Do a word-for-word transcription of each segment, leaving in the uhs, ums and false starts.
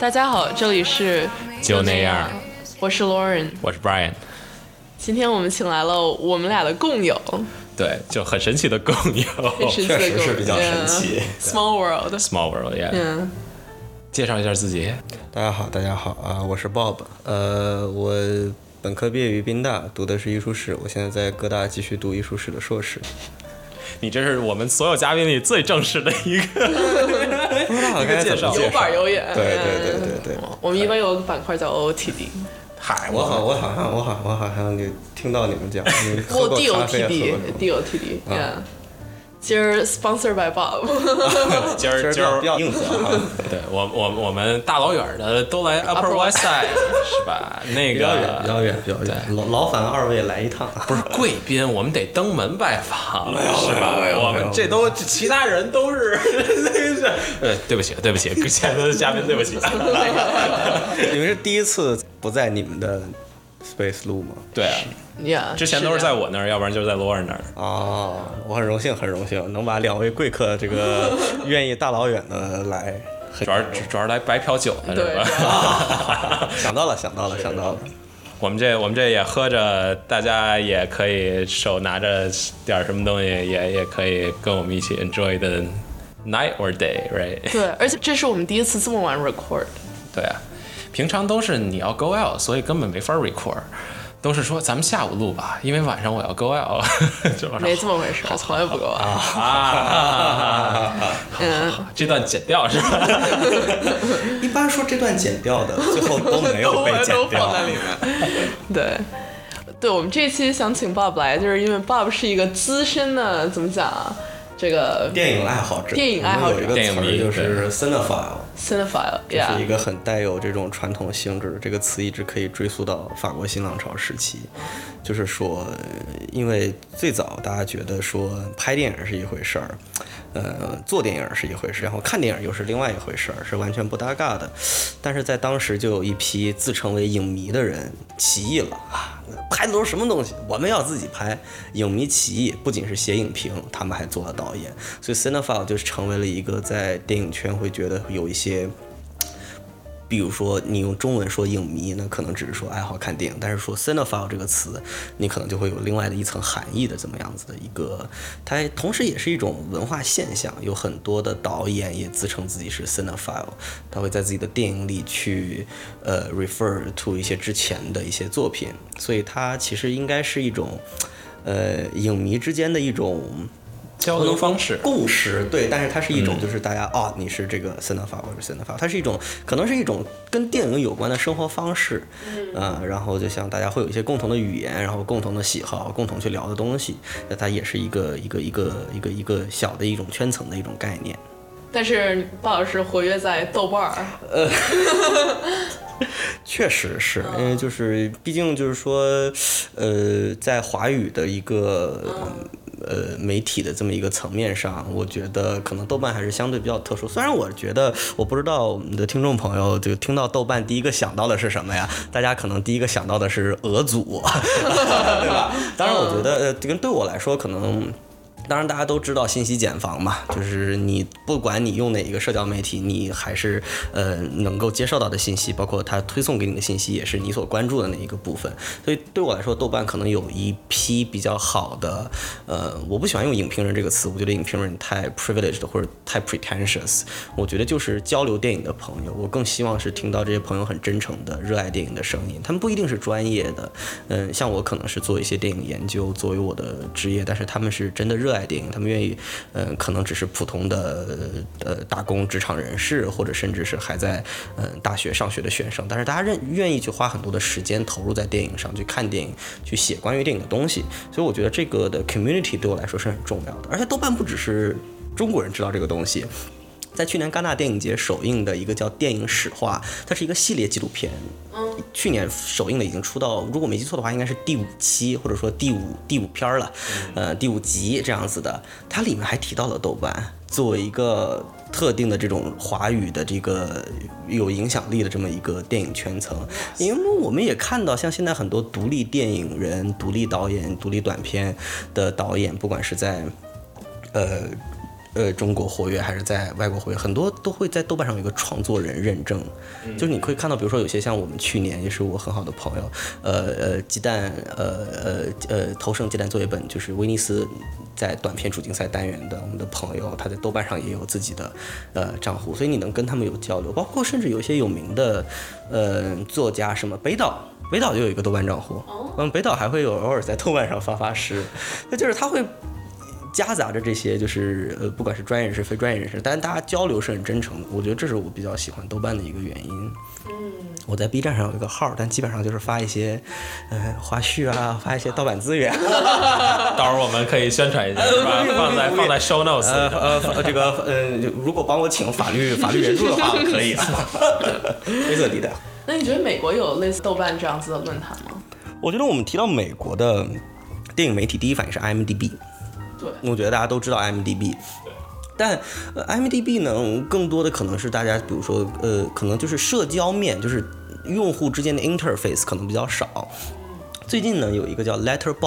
大家好，这里是就那样， 我是 Lauren， 我是 Brian。 今天我们请来了我们俩的共友， 对，就很神奇的共友， 确实是比较神奇。 Yeah. Small world，Small world，yeah. Yeah. 介绍一下自己。 大家好，大家好啊，我是 Bob， 呃，我本科毕业于宾大，读的是艺术史，我现在在哥大继续读艺术史的硕士。 你这是我们所有嘉宾里最正式的一个不知道一个介绍， 有板有眼。 对对对对对。 我们一般有个板块叫 O O T D。 嗨，我好，我好像，我好，我好像就听到你们讲，你喝过过咖啡 D O T D，D O T D，yeah。今儿 sponsor by Bob， 今儿今儿比较硬核啊！ 对我我我们大老远的都来 Upper West Side 是吧？那个比较远，比较远，比较远。劳劳烦二位来一趟， 不是贵宾，我们得登门拜访，是吧？ 我们这都其他人都是那个是，呃，对不起，对不起，前面的嘉宾对不起。 你们是第一次不在你们的 Space 录吗？ 对啊。 Yeah, 之前都是在我那儿，要不然就是在罗尔那儿。 哦，我很荣幸，很荣幸能把两位贵客这个愿意大老远的来， 主要主要来白嫖酒的是吧？ 想到了，想到了，想到了。 我们这我们这也喝着，大家也可以手拿着点什么东西，也也可以跟我们一起 enjoy the night or day，right？ 对，而且这是我们第一次这么晚 record。 对啊，平常都是你要 go out， 所以根本没法 record。都是说咱们下午录吧，因为晚上我要 go out。 没这么回事，从来不 go out。 啊，嗯，这段剪掉是吧？ 一般说这段剪掉的，最后都没有被剪掉。 都放在里面。对，对，我们这期想请 Bob 来，就是因为 Bob 是一个资深的，怎么讲啊？这个电影爱好者， 电影爱好者， 有一个词儿就是 cinephile，cinephile， 这是一个很带有这种传统性质的。这个词一直可以追溯到法国新浪潮时期，就是说，因为最早大家觉得说拍电影是一回事儿，呃，做电影是一回事，然后看电影又是另外一回事儿，是完全不搭嘎的。但是在当时就有一批自称为影迷的人起义了啊，拍的都是什么东西？我们要自己拍。影迷起义不仅是写影评，他们还做了导演，所以 cinephile 就成为了一个在电影圈会觉得有一些，比如说你用中文说影迷，那可能只是说爱好看电影，但是说 cinephile 这个词，你可能就会有另外的一层含义的这么样子的一个，它同时也是一种文化现象。有很多的导演也自称自己是 cinephile， 他会在自己的电影里去呃 refer to 一些之前的一些作品，所以它其实应该是一种呃影迷之间的一种交流方式共识，对，但是它是一种就是大家、嗯、哦，你是这个 cinephile 或者 cinephile， 它是一种可能是一种跟电影有关的生活方式，嗯、呃，然后就像大家会有一些共同的语言，然后共同的喜好，共同去聊的东西，那它也是一个一个一个一个一个小的一种圈层的一种概念。 但是鲍老师活跃在豆瓣儿， 呃，确实是因为就是毕竟就是说，呃，在华语的一个。嗯呃，媒体的这么一个层面上，我觉得可能豆瓣还是相对比较特殊。虽然我觉得，我不知道我们的听众朋友就听到豆瓣第一个想到的是什么呀？大家可能第一个想到的是俄组，对吧？当然，我觉得呃，跟对我来说可能。当然大家都知道信息茧房嘛，就是你不管你用哪一个社交媒体，你还是呃能够接受到的信息，包括它推送给你的信息也是你所关注的那一个部分。所以对我来说，豆瓣可能有一批比较好的，呃，我不喜欢用影评人这个词，我觉得影评人太 privileged 或者太 pretentious， 我觉得就是交流电影的朋友，我更希望是听到这些朋友很真诚的热爱电影的声音，他们不一定是专业的，嗯、呃，像我可能是做一些电影研究作为我的职业，但是他们是真的热爱电影，他们愿意，嗯、呃，可能只是普通的呃打工职场人士，或者甚至是还在嗯、呃、大学上学的学生，但是大家愿愿意去花很多的时间投入在电影上，去看电影，去写关于电影的东西，所以我觉得这个的 community 对我来说是很重要的。而且豆瓣不只是中国人知道这个东西。在去年戛纳电影节首映的一个叫《电影史话》，它是一个系列纪录片。嗯，去年首映的已经出到，如果没记错的话，应该是第五期，或者说第五第五篇了，呃，第五集这样子的。它里面还提到了豆瓣作为一个特定的这种华语的这个有影响力的这么一个电影圈层，因为我们也看到，像现在很多独立电影人、独立导演、独立短片的导演，不管是在呃。 呃中国活跃还是在外国活跃，很多都会在豆瓣上有一个创作人认证，就是你可以看到，比如说有些像我们去年也是我很好的朋友，呃呃鸡蛋呃呃呃投剩鸡蛋作业本，就是威尼斯在短片主竞赛单元的我们的朋友，他在豆瓣上也有自己的呃账户，所以你能跟他们有交流，包括甚至有一些有名的呃作家，什么北岛。北岛就有一个豆瓣账户，嗯，北岛还会有偶尔在豆瓣上发发诗，那就是他会夹杂着这些，就是呃，不管是专业人士、非专业人士，但是大家交流是很真诚的。我觉得这是我比较喜欢豆瓣的一个原因。嗯，我在 B 站上有一个号，但基本上就是发一些呃花絮啊，发一些盗版资源。 到时候我们可以宣传一下，是吧？放在放在 show notes 呃呃这个呃，如果帮我请法律法律援助的话，可以啊。灰色地带。 那你觉得美国有类似豆瓣这样子的论坛吗？ 我觉得我们提到美国的电影媒体，第一反应是 I M D B。 对， 我觉得大家都知道 I M D B。但、呃、I M D B 呢，更多的可能是大家，比如说，呃，可能就是社交面，就是用户之间的 interface 可能比较少。最近呢，有一个叫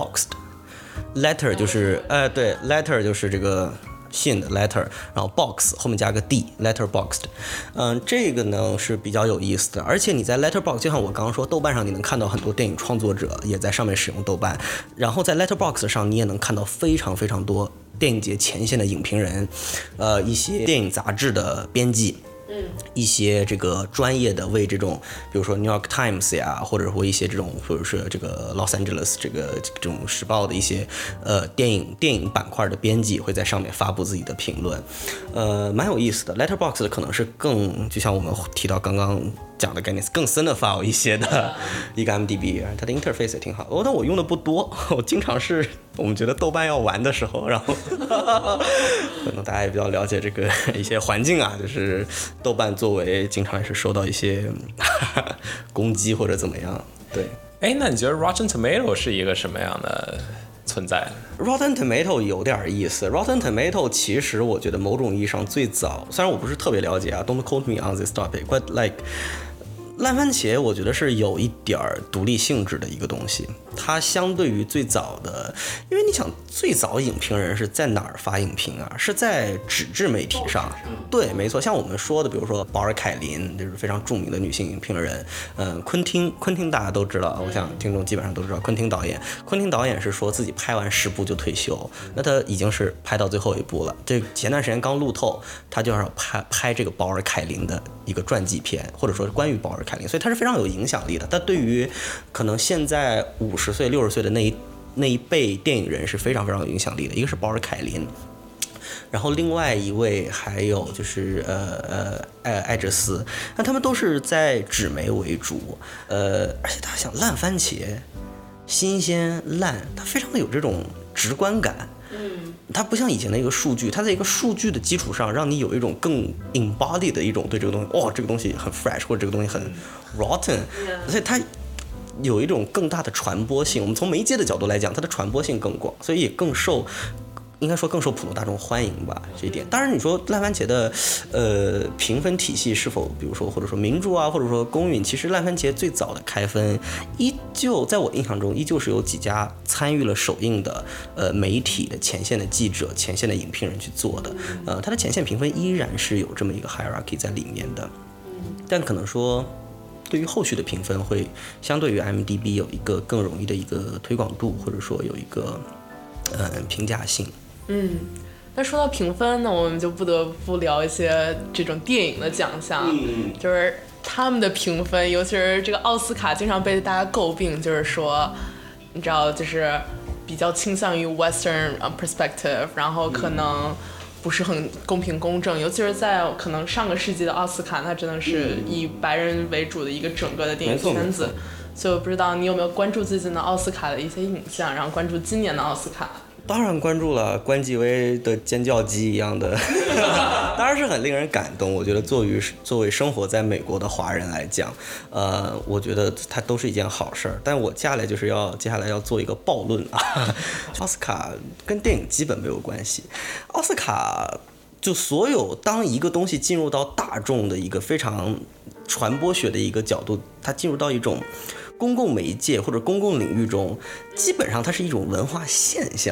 Letterboxd，Letter 就是，呃，对 ，Letter 就是这个。信的 letter， 然后 box 后面加个 d letterboxd， 嗯，这个呢是比较有意思的，而且你在 letterbox 就像我刚刚说，豆瓣上你能看到很多电影创作者也在上面使用豆瓣，然后在 letterbox 上你也能看到非常非常多电影节前线的影评人，呃，一些电影杂志的编辑。一些这个专业的为这种，比如说 New York Times 呀，或者说一些这种，或者是这个 Los Angeles 这个这种时报的一些呃电影电影板块的编辑会在上面发布自己的评论，呃，蛮有意思的。Letterboxd 可能是更就像我们提到刚刚讲的概念更深的 file 一些的一个 M D B， 它的 interface 也挺好。哦，但我用的不多，我经常是我们觉得豆瓣要玩的时候，然后可能大家也比较了解这个一些环境啊，就是豆瓣作为经常也是受到一些攻击或者怎么样。对， 哎，那你觉得 Rotten Tomato 是一个什么样的存在？ Rotten Tomato 有点意思。 Rotten Tomato 其实我觉得某种意义上最早，虽然我不是特别了解啊 ，Don't quote me on this topic, but like 烂番茄我觉得是有一点独立性质的一个东西，它相对于最早的，因为你想最早影评人是在哪儿发影评啊？是在纸质媒体上。对，没错，像我们说的，比如说保尔凯琳，就是非常著名的女性影评人，嗯，昆汀，昆汀大家都知道，我想听众基本上都知道，昆汀导演，昆汀导演是说自己拍完十部就退休，那他已经是拍到最后一部了。这前段时间刚路透，他就要拍拍这个保尔凯琳的一个传记片，或者说关于保尔凯琳，所以他是非常有影响力的。他对于可能现在五十岁、六十岁的那一那一辈电影人是非常非常有影响力的。一个是保尔凯琳，然后另外一位还有就是呃呃艾艾哲斯，那他们都是在纸媒为主，呃，而且大家想烂番茄，新鲜烂，它非常的有这种直观感。嗯，它不像以前的一个数据，它在一个数据的基础上，让你有一种更 embodied 的一种对这个东西，哦，这个东西很 fresh， 或者这个东西很 rotten， 所以它有一种更大的传播性。我们从媒介的角度来讲，它的传播性更广，所以也更受，应该说更受普罗大众欢迎吧，这一点。当然，你说烂番茄的呃评分体系是否，比如说或者说明珠啊，或者说公允，其实烂番茄最早的开分，依旧在我印象中，依旧是有几家参与了首映的呃媒体的前线的记者、前线的影评人去做的。呃，它的前线评分依然是有这么一个 hierarchy 在里面的，但可能说，对于后续的评分会相对于 I M D B 有一个更容易的一个推广度，或者说有一个呃评价性。 嗯，那说到评分呢，我们就不得不聊一些这种电影的奖项，嗯、就是他们的评分，尤其是这个奥斯卡，经常被大家诟病，就是说，你知道，就是比较倾向于 Western perspective， 然后可能不是很公平公正，尤其是在可能上个世纪的奥斯卡，那真的是以白人为主的一个整个的电影圈子，所以我不知道你有没有关注最近的奥斯卡的一些影像，然后关注今年的奥斯卡。 当然关注了，关继威的尖叫鸡一样的，当然是很令人感动。我觉得作为作为生活在美国的华人来讲，呃，我觉得它都是一件好事儿。但我接下来就是要接下来要做一个暴论啊，奥斯卡跟电影基本没有关系。奥斯卡就所有当一个东西进入到大众的一个非常传播学的一个角度，它进入到一种公共媒介或者公共领域中，基本上它是一种文化现象。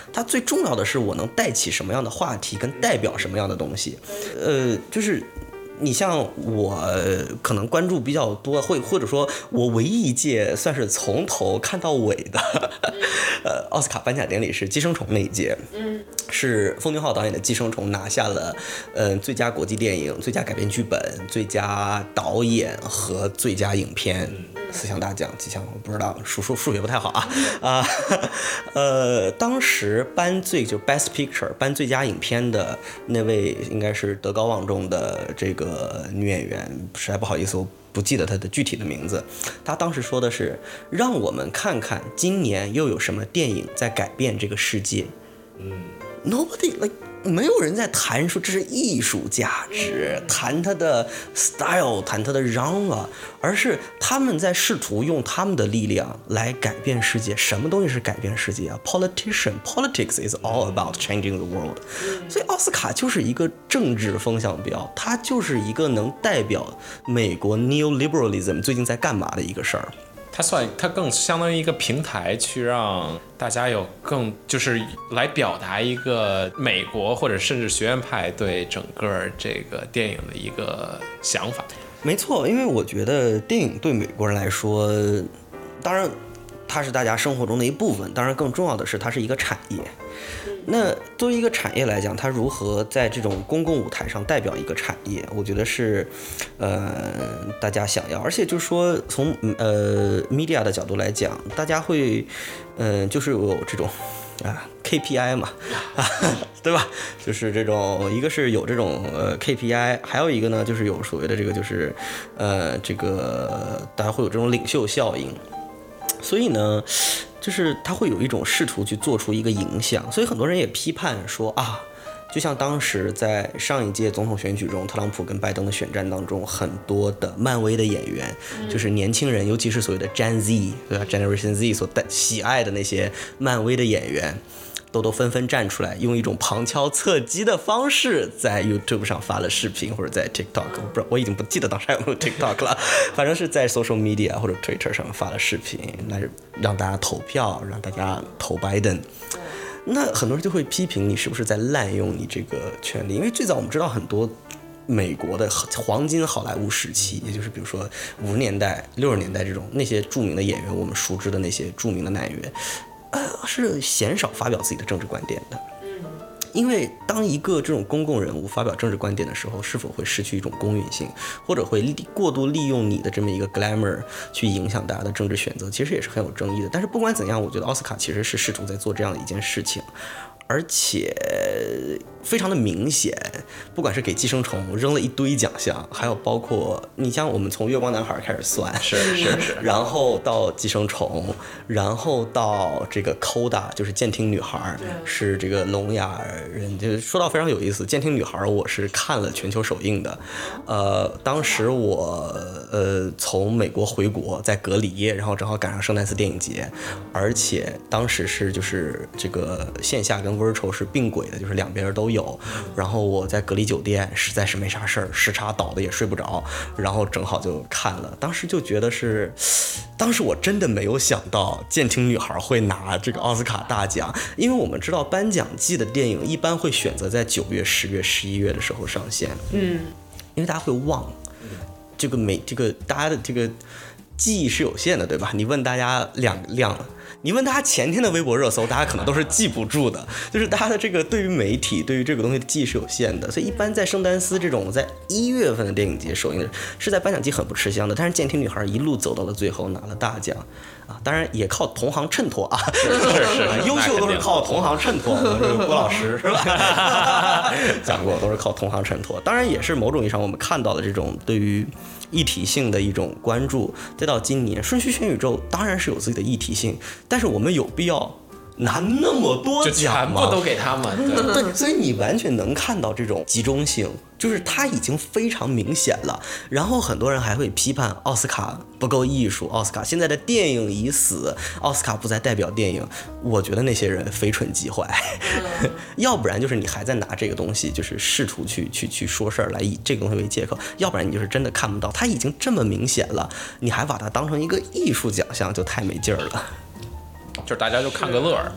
它最重要的是我能带起什么样的话题，跟代表什么样的东西。呃，就是你像我可能关注比较多，会或者说我唯一一届算是从头看到尾的，呃，奥斯卡颁奖典礼是《寄生虫》那一届，嗯，是奉俊昊导演的《寄生虫》拿下了，呃，最佳国际电影、最佳改编剧本、最佳导演和最佳影片。四项大奖，几项我不知道，数数数学不太好啊啊，呃，当时颁最就 Best Picture 颁最佳影片的那位应该是德高望重的这个女演员，实在不好意思，我不记得她的具体的名字。她当时说的是，让我们看看今年又有什么电影在改变这个世界。嗯 ，Nobody like。没有人在谈说这是艺术价值，谈它的 style， 谈它的 genre， 而是他们在试图用他们的力量来改变世界。什么东西是改变世界啊 ？Politician, politics is all about changing the world。所以奥斯卡就是一个政治风向标，它就是一个能代表美国 neoliberalism 最近在干嘛的一个事儿。 它算它更相当于一个平台，去让大家有更就是来表达一个美国或者甚至学院派对整个这个电影的一个想法。 没错，因为我觉得电影对美国人来说，当然它是大家生活中的一部分，当然更重要的是它是一个产业。那作为一个产业来讲，它如何在这种公共舞台上代表一个产业，我觉得是呃大家想要，而且就是说从呃 media 的角度来讲，大家会嗯、呃、就是有这种啊 K P I 嘛啊对吧，就是这种一个是有这种呃 K P I， 还有一个呢就是有所谓的这个就是呃这个大家会有这种领袖效应，所以呢就是他会有一种试图去做出一个影响，所以很多人也批判说啊，就像当时在上一届总统选举中，特朗普跟拜登的选战当中，很多的漫威的演员，就是年轻人，尤其是所谓的 Gen Z， 对吧 ，Generation Z 所喜爱的那些漫威的演员，都都纷纷站出来，用一种旁敲侧击的方式在 YouTube 上发了视频，或者在 TikTok， 我不知道，我已经不记得当时还有没有 TikTok 了，反正是在 social media 或者 Twitter 上发了视频，来让大家投票，让大家投 Biden。那很多人就会批评你是不是在滥用你这个权利，因为最早我们知道很多美国的黄金好莱坞时期，也就是比如说五十年代、六十年代这种那些著名的演员，我们熟知的那些著名的男演员。呃，是鲜少发表自己的政治观点的。因为当一个这种公共人物发表政治观点的时候，是否会失去一种公允性，或者会过度利用你的这么一个 glamour 去影响大家的政治选择，其实也是很有争议的。但是不管怎样，我觉得奥斯卡其实是试图在做这样的一件事情，而且非常的明显，不管是给寄生虫扔了一堆奖项，还有包括你像我们从月光男孩开始算， 是是是， 然后到寄生虫，然后到这个 Coda 就是监听女孩，是这个聋哑人，就说到非常有意思。监听女孩我是看了全球首映的，呃，当时我呃从美国回国在隔离，然后正好赶上圣丹斯电影节，而且当时是就是这个线下跟 virtual 是并轨的，就是两边都有。然后我在隔离酒店实在是没啥事儿，时差倒的也睡不着，然后正好就看了，当时就觉得是，当时我真的没有想到监听女孩会拿这个奥斯卡大奖，因为我们知道颁奖季的电影一般会选择在九月、十月、十一月的时候上线，嗯，因为大家会忘，这个每这个大家的这个记忆是有限的，对吧？你问大家两两。你问大家前天的微博热搜，大家可能都是记不住的，就是大家的这个对于媒体对于这个东西的记忆是有限的，所以一般在圣丹斯这种在一月份的电影节首映是在颁奖季很不吃香的，但是监听女孩一路走到了最后拿了大奖啊，当然也靠同行衬托啊， 是是是， 优秀都是靠同行衬托，这个郭老师是吧？讲过都是靠同行衬托，当然也是某种意义上我们看到的这种对于议题性的一种关注。再到今年瞬息全宇宙当然是有自己的议题性，但是我们有必要拿那么多奖吗？ 就全部都给他们， 对，对，所以你完全能看到这种集中性，就是它已经非常明显了。然后很多人还会批判奥斯卡不够艺术，奥斯卡现在的电影已死，奥斯卡不再代表电影。我觉得那些人非蠢即坏，要不然就是你还在拿这个东西，就是试图去去去说事儿来以这个东西为借口，要不然你就是真的看不到，它已经这么明显了，你还把它当成一个艺术奖项，就太没劲儿了。 就是大家就看个乐儿，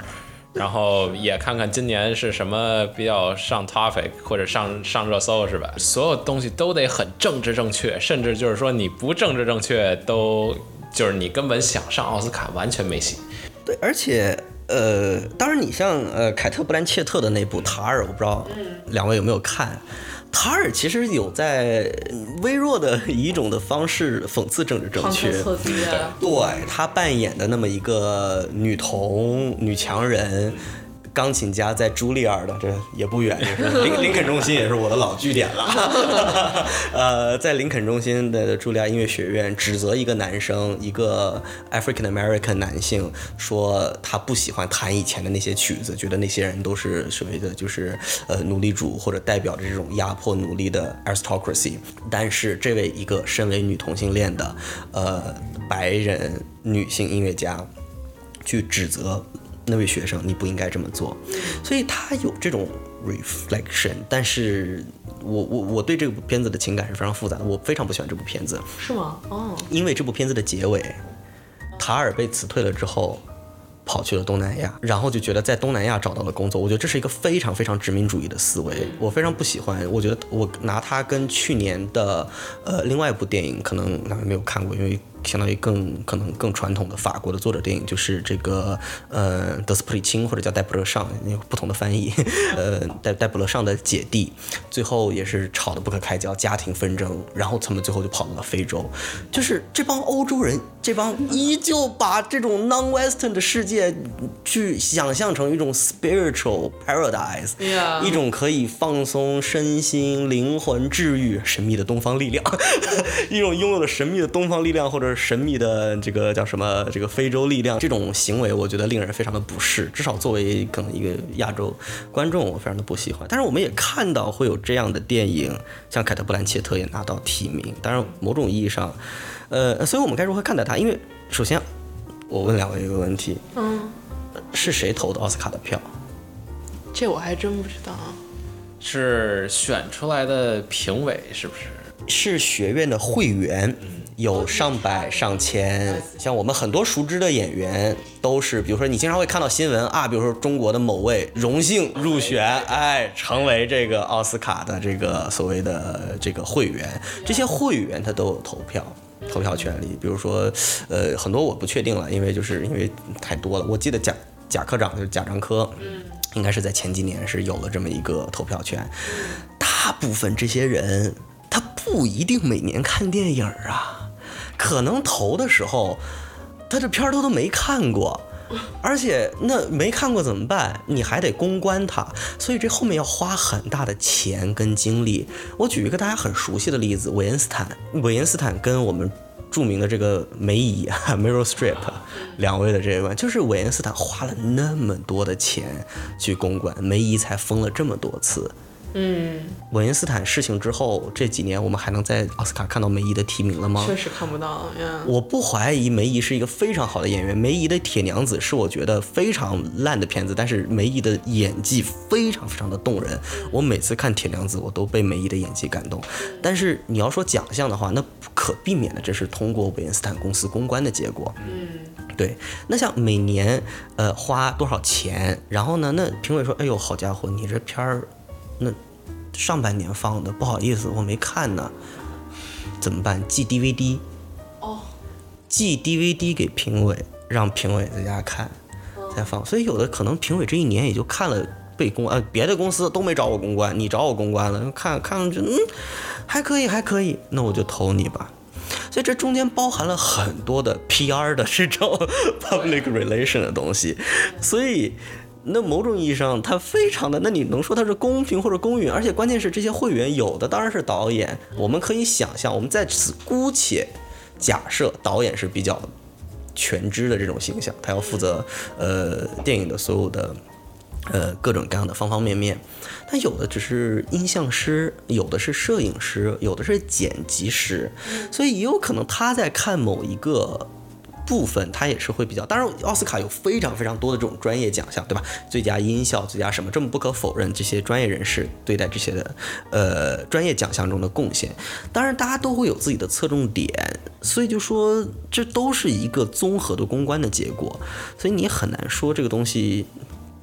然后也看看今年是什么比较上 topic 或者上上热搜，是吧？所有东西都得很政治正确，甚至就是说你不政治正确都就是你根本想上奥斯卡完全没戏。 对，而且呃，当然你像呃凯特·布兰切特的那部《塔尔》，我不知道两位有没有看。塔尔其实有在微弱的以一种的方式讽刺政治正确，对，他扮演的那么一个女童女强人。钢琴家在茱莉亚的，这也不远，就是林林肯中心也是我的老据点了。呃，在林肯中心的茱莉亚音乐学院指责一个男生，一个 African American 男性，说他不喜欢弹以前的那些曲子，觉得那些人都是所谓的就是呃奴隶主或者代表着这种压迫奴隶的 aristocracy。但是这位一个身为女同性恋的呃白人女性音乐家去指责那位学生，你不应该这么做，所以他有这种 reflection， 但是我我我对这部片子的情感是非常复杂的，我非常不喜欢这部片子。 是吗？哦， 因为这部片子的结尾，塔尔被辞退了之后，跑去了东南亚，然后就觉得在东南亚找到了工作，我觉得这是一个非常非常殖民主义的思维，我非常不喜欢。我觉得我拿它跟去年的呃另外一部电影，可能两位没有看过，因为相当于更可能更传统的法国的作者电影，就是这个呃德斯普里钦或者叫戴普勒尚，有不同的翻译，呃戴戴普勒尚的姐弟，最后也是吵得不可开交，家庭纷争，然后他们最后就跑到了非洲，就是这帮欧洲人，这帮依旧把这种 non-Western 的世界去想象成一种 spiritual paradise， yeah. 一种可以放松身心、灵魂治愈、神秘的东方力量，一种拥有了神秘的东方力量或者神秘的这个叫什么这个非洲力量，这种行为我觉得令人非常的不适，至少作为可能一个亚洲观众，我非常的不喜欢。但是我们也看到会有这样的电影，像凯特·布兰切特也拿到提名，当然某种意义上，呃，所以我们该如何看待它？因为首先我问两位一个问题， 嗯， 是谁投的奥斯卡的票？ 这我还真不知道。 是选出来的评委是不是？ 是学院的会员。有上百上千，像我们很多熟知的演员都是，比如说你经常会看到新闻啊，比如说中国的某位荣幸入选，哎，成为这个奥斯卡的这个所谓的这个会员，这些会员他都有投票投票权利。比如说，呃，很多我不确定了，因为就是因为太多了。我记得贾贾科长就是贾樟柯，应该是在前几年是有了这么一个投票权。大部分这些人他不一定每年看电影啊。可能投的时候，他这片儿都都没看过，而且那没看过怎么办？你还得公关它，所以这后面要花很大的钱跟精力。我举一个大家很熟悉的例子，韦恩斯坦，韦恩斯坦跟我们著名的这个梅姨啊 Meryl Streep 两位的这个，就是韦恩斯坦花了那么多的钱去公关，梅姨才封了这么多次。 嗯， 韦恩斯坦事情之后，这几年我们还能在奥斯卡看到梅姨的提名了吗？ 确实看不到。Yeah. 我不怀疑梅姨是一个非常好的演员，梅姨的《铁娘子》是我觉得非常烂的片子，但是梅姨的演技非常非常的动人。我每次看《铁娘子》，我都被梅姨的演技感动。但是你要说奖项的话，那不可避免的，这是通过韦恩斯坦公司公关的结果。 嗯， 对。那像每年呃花多少钱，然后呢，那评委说，哎呦，好家伙，你这片儿。那上半年放的，不好意思，我没看呢，怎么办？寄 D V D 哦， 寄 D V D 给评委，让评委在家看，再放。所以有的可能评委这一年也就看了被公关，呃，别的公司都没找我公关，你找我公关了，看看上去嗯还可以还可以，那我就投你吧。所以这中间包含了很多的 P R 的这种 public relation 的东西，所以。那某种意义上，它非常的，那你能说它是公平或者公允？而且关键是这些会员有的当然是导演，我们可以想象，我们在此姑且假设导演是比较全知的这种形象，他要负责呃电影的所有的呃各种各样的方方面面。但有的只是音像师，有的是摄影师，有的是剪辑师，所以也有可能他在看某一个。部分它也是会比较，当然奥斯卡有非常非常多的这种专业奖项，对吧？最佳音效、最佳什么，这么不可否认，这些专业人士对待这些的呃专业奖项中的贡献，当然大家都会有自己的侧重点，所以就说这都是一个综合的公关的结果，所以你很难说这个东西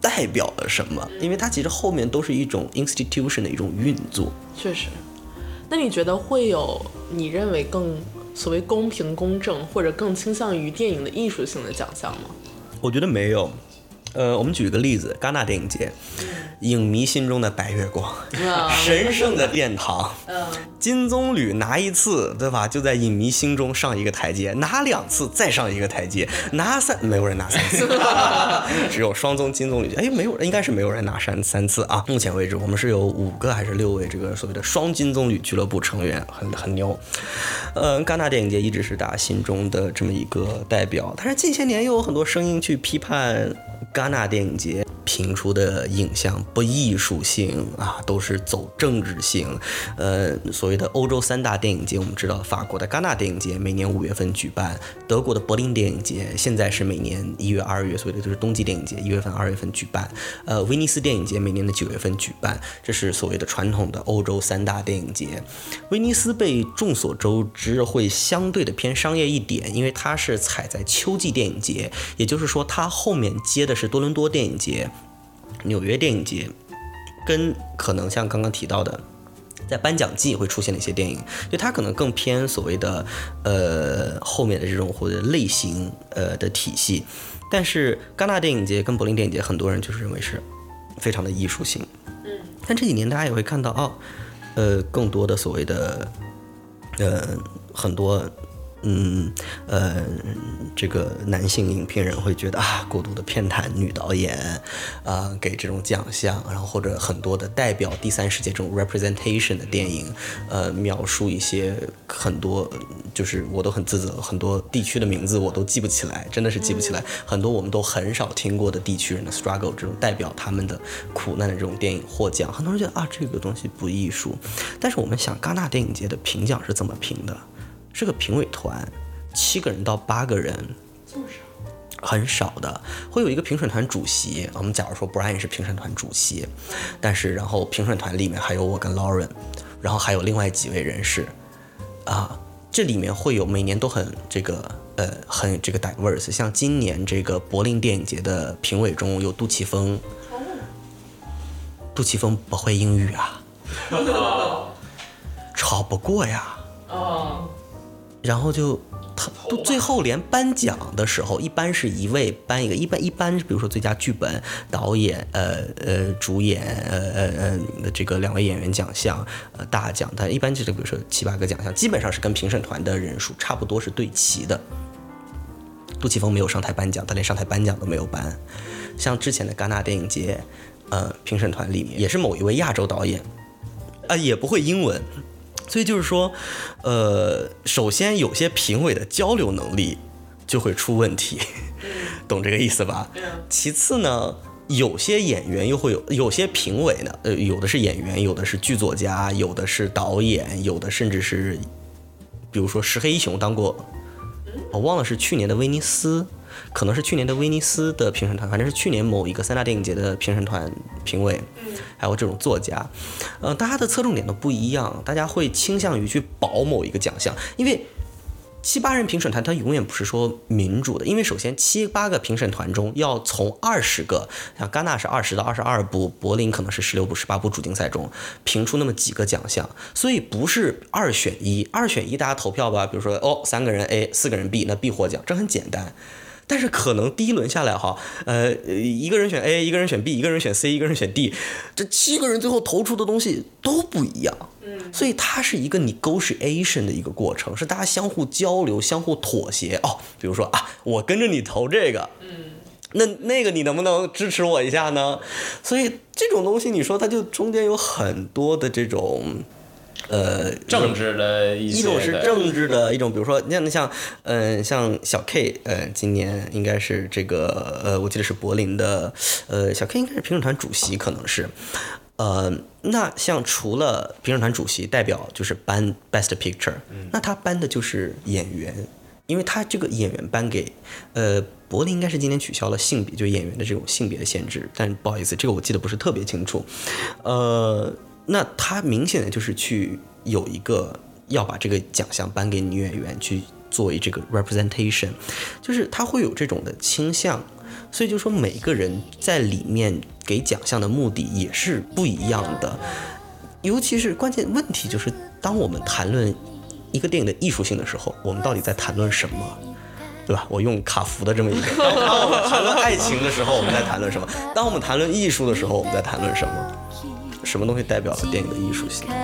代表了什么，因为它其实后面都是一种 institution 的一种运作。 确实。那你觉得会有你认为更所谓公平公正，或者更倾向于电影的艺术性的奖项吗？ 我觉得没有。呃，我们举一个例子，戛纳电影节，影迷心中的白月光， 嗯、 神圣的殿堂。 嗯， 金棕榈拿一次，对吧？就在影迷心中上一个台阶，拿两次再上一个台阶，拿三没有人拿三次，只有双棕金棕榈。哎，没有，应该是没有人拿三三次啊。目前为止，我们是有五个还是六位这个所谓的双金棕榈俱乐部成员，很很牛。呃，戛纳电影节一直是大家心中的这么一个代表，但是近些年又有很多声音去批判戛纳电影节评出的影像不艺术性啊，都是走政治性。呃，所谓的欧洲三大电影节，我们知道法国的戛纳电影节每年五月份举办，德国的柏林电影节现在是每年一月、二月，所谓的就是冬季电影节，一月份、二月份举办。呃，威尼斯电影节每年的九月份举办，这是所谓的传统的欧洲三大电影节。威尼斯被众所周知会相对的偏商业一点，因为它是踩在秋季电影节，也就是说它后面接的是多伦多电影节、纽约电影节，跟可能像刚刚提到的在颁奖季会出现的一些电影，就它可能更偏所谓的呃后面的这种或者类型呃的体系。但是戛纳电影节跟柏林电影节，很多人就是认为是非常的艺术性。嗯，但这几年大家也会看到哦，呃，更多的所谓的呃很多。嗯，呃，这个男性影评人会觉得啊，过度的偏袒女导演，啊、呃，给这种奖项，然后或者很多的代表第三世界这种 representation 的电影，呃，描述一些很多，就是我都很自责，很多地区的名字我都记不起来，真的是记不起来，很多我们都很少听过的地区人的 struggle， 这种代表他们的苦难的这种电影获奖，很多人觉得啊，这个东西不艺术，但是我们想，戛纳电影节的评奖是怎么评的？是个评委团，七个人到八个人，这么少，很少的。会有一个评审团主席，我们假如说 Brian 是评审团主席，但是然后评审团里面还有我跟 Lauren， 然后还有另外几位人士，啊，这里面会有每年都很这个呃很这个 diverse， 像今年这个柏林电影节的评委中有杜琪峰，杜琪峰不会英语啊，吵不过呀。哦。然后就他都最后连颁奖的时候，一般是一位颁一个，一般一般比如说最佳剧本、导演、呃呃主演、呃呃呃这个两位演员奖项、呃大奖，但一般就是比如说七八个奖项，基本上是跟评审团的人数差不多是对齐的。杜琪峰没有上台颁奖，他连上台颁奖都没有颁。像之前的戛纳电影节，呃评审团里面也是某一位亚洲导演，啊、呃、也不会英文。所以就是说，呃，首先有些评委的交流能力就会出问题，懂这个意思吧？其次呢，有些演员又会有，有些评委呢，呃，有的是演员，有的是剧作家，有的是导演，有的甚至是，比如说石黑一雄当过，我忘了是去年的威尼斯。可能是去年的威尼斯的评审团，反正是去年某一个三大电影节的评审团评委，还有这种作家，呃，大家的侧重点都不一样，大家会倾向于去保某一个奖项，因为七八人评审团它永远不是说民主的，因为首先七八个评审团中要从二十个，像戛纳是二十到二十二部，柏林可能是十六部、十八部主竞赛中评出那么几个奖项，所以不是二选一，二选一大家投票吧，比如说哦三个人 A， 四个人 B， 那 B 获奖，这很简单。但是可能第一轮下来哈，呃，一个人选 A， 一个人选 B， 一个人选 C， 一个人选 D， 这七个人最后投出的东西都不一样。嗯，所以它是一个 negotiation 的一个过程，是大家相互交流、相互妥协。哦，比如说啊，我跟着你投这个，嗯，那那个你能不能支持我一下呢？所以这种东西，你说它就中间有很多的这种。呃， 政治的一些的， 一种是政治的，一种比如说像像嗯、呃、像小 K， 呃，今年应该是这个呃，我记得是柏林的，呃，小 K 应该是评审团主席，可能是，呃，那像除了评审团主席代表就是颁 Best Picture，、嗯、那他颁的就是演员，因为他这个演员颁给呃柏林应该是今年取消了性别，就演员的这种性别的限制，但不好意思，这个我记得不是特别清楚，呃。那他明显的就是去有一个要把这个奖项颁给女演员，去作为这个 representation， 就是他会有这种的倾向， 所以就说每个人在里面给奖项的目的也是不一样的。尤其是关键问题就是，当我们谈论一个电影的艺术性的时候，我们到底在谈论什么？对吧？我用卡夫的这么一个，当我们谈论爱情的时候，我们在谈论什么？当我们谈论艺术的时候，我们在谈论什么？什么东西代表了电影的艺術性？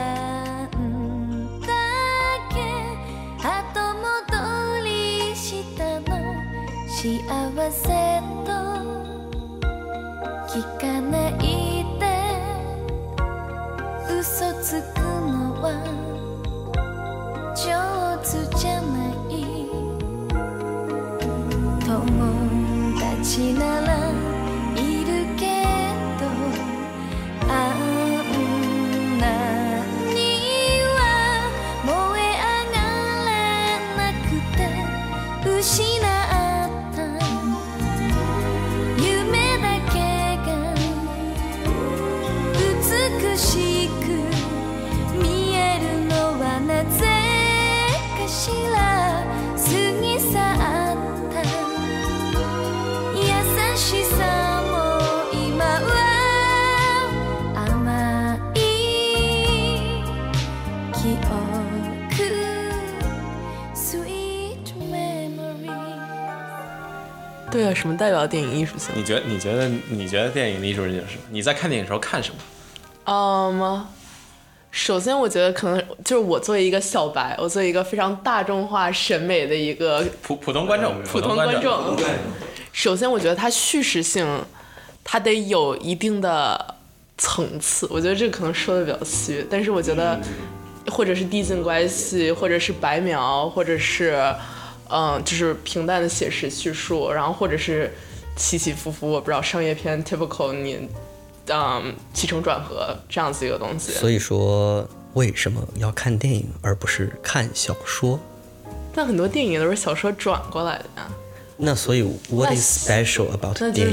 对啊，什么代表电影艺术性？ 你觉得？你觉得？你觉得电影的艺术性是什么？你在看电影的时候看什么？ 嗯、um, 首先我觉得可能就是我作为一个小白，我作为一个非常大众化审美的一个普普通观众， 普通观众。首先我觉得它叙事性，它得有一定的层次。我觉得这个可能说的比较虚，但是我觉得，或者是递进关系，或者是白描，或者是。嗯，就是平淡的写实叙述，然后或者是起起伏伏，我不知道商业片 typical 你，嗯，起承转合这样子一个东西。 所以说，为什么要看电影而不是看小说？ 但很多电影都是小说转过来的呀。 那所以 ，what is special about 那电影？ 那就是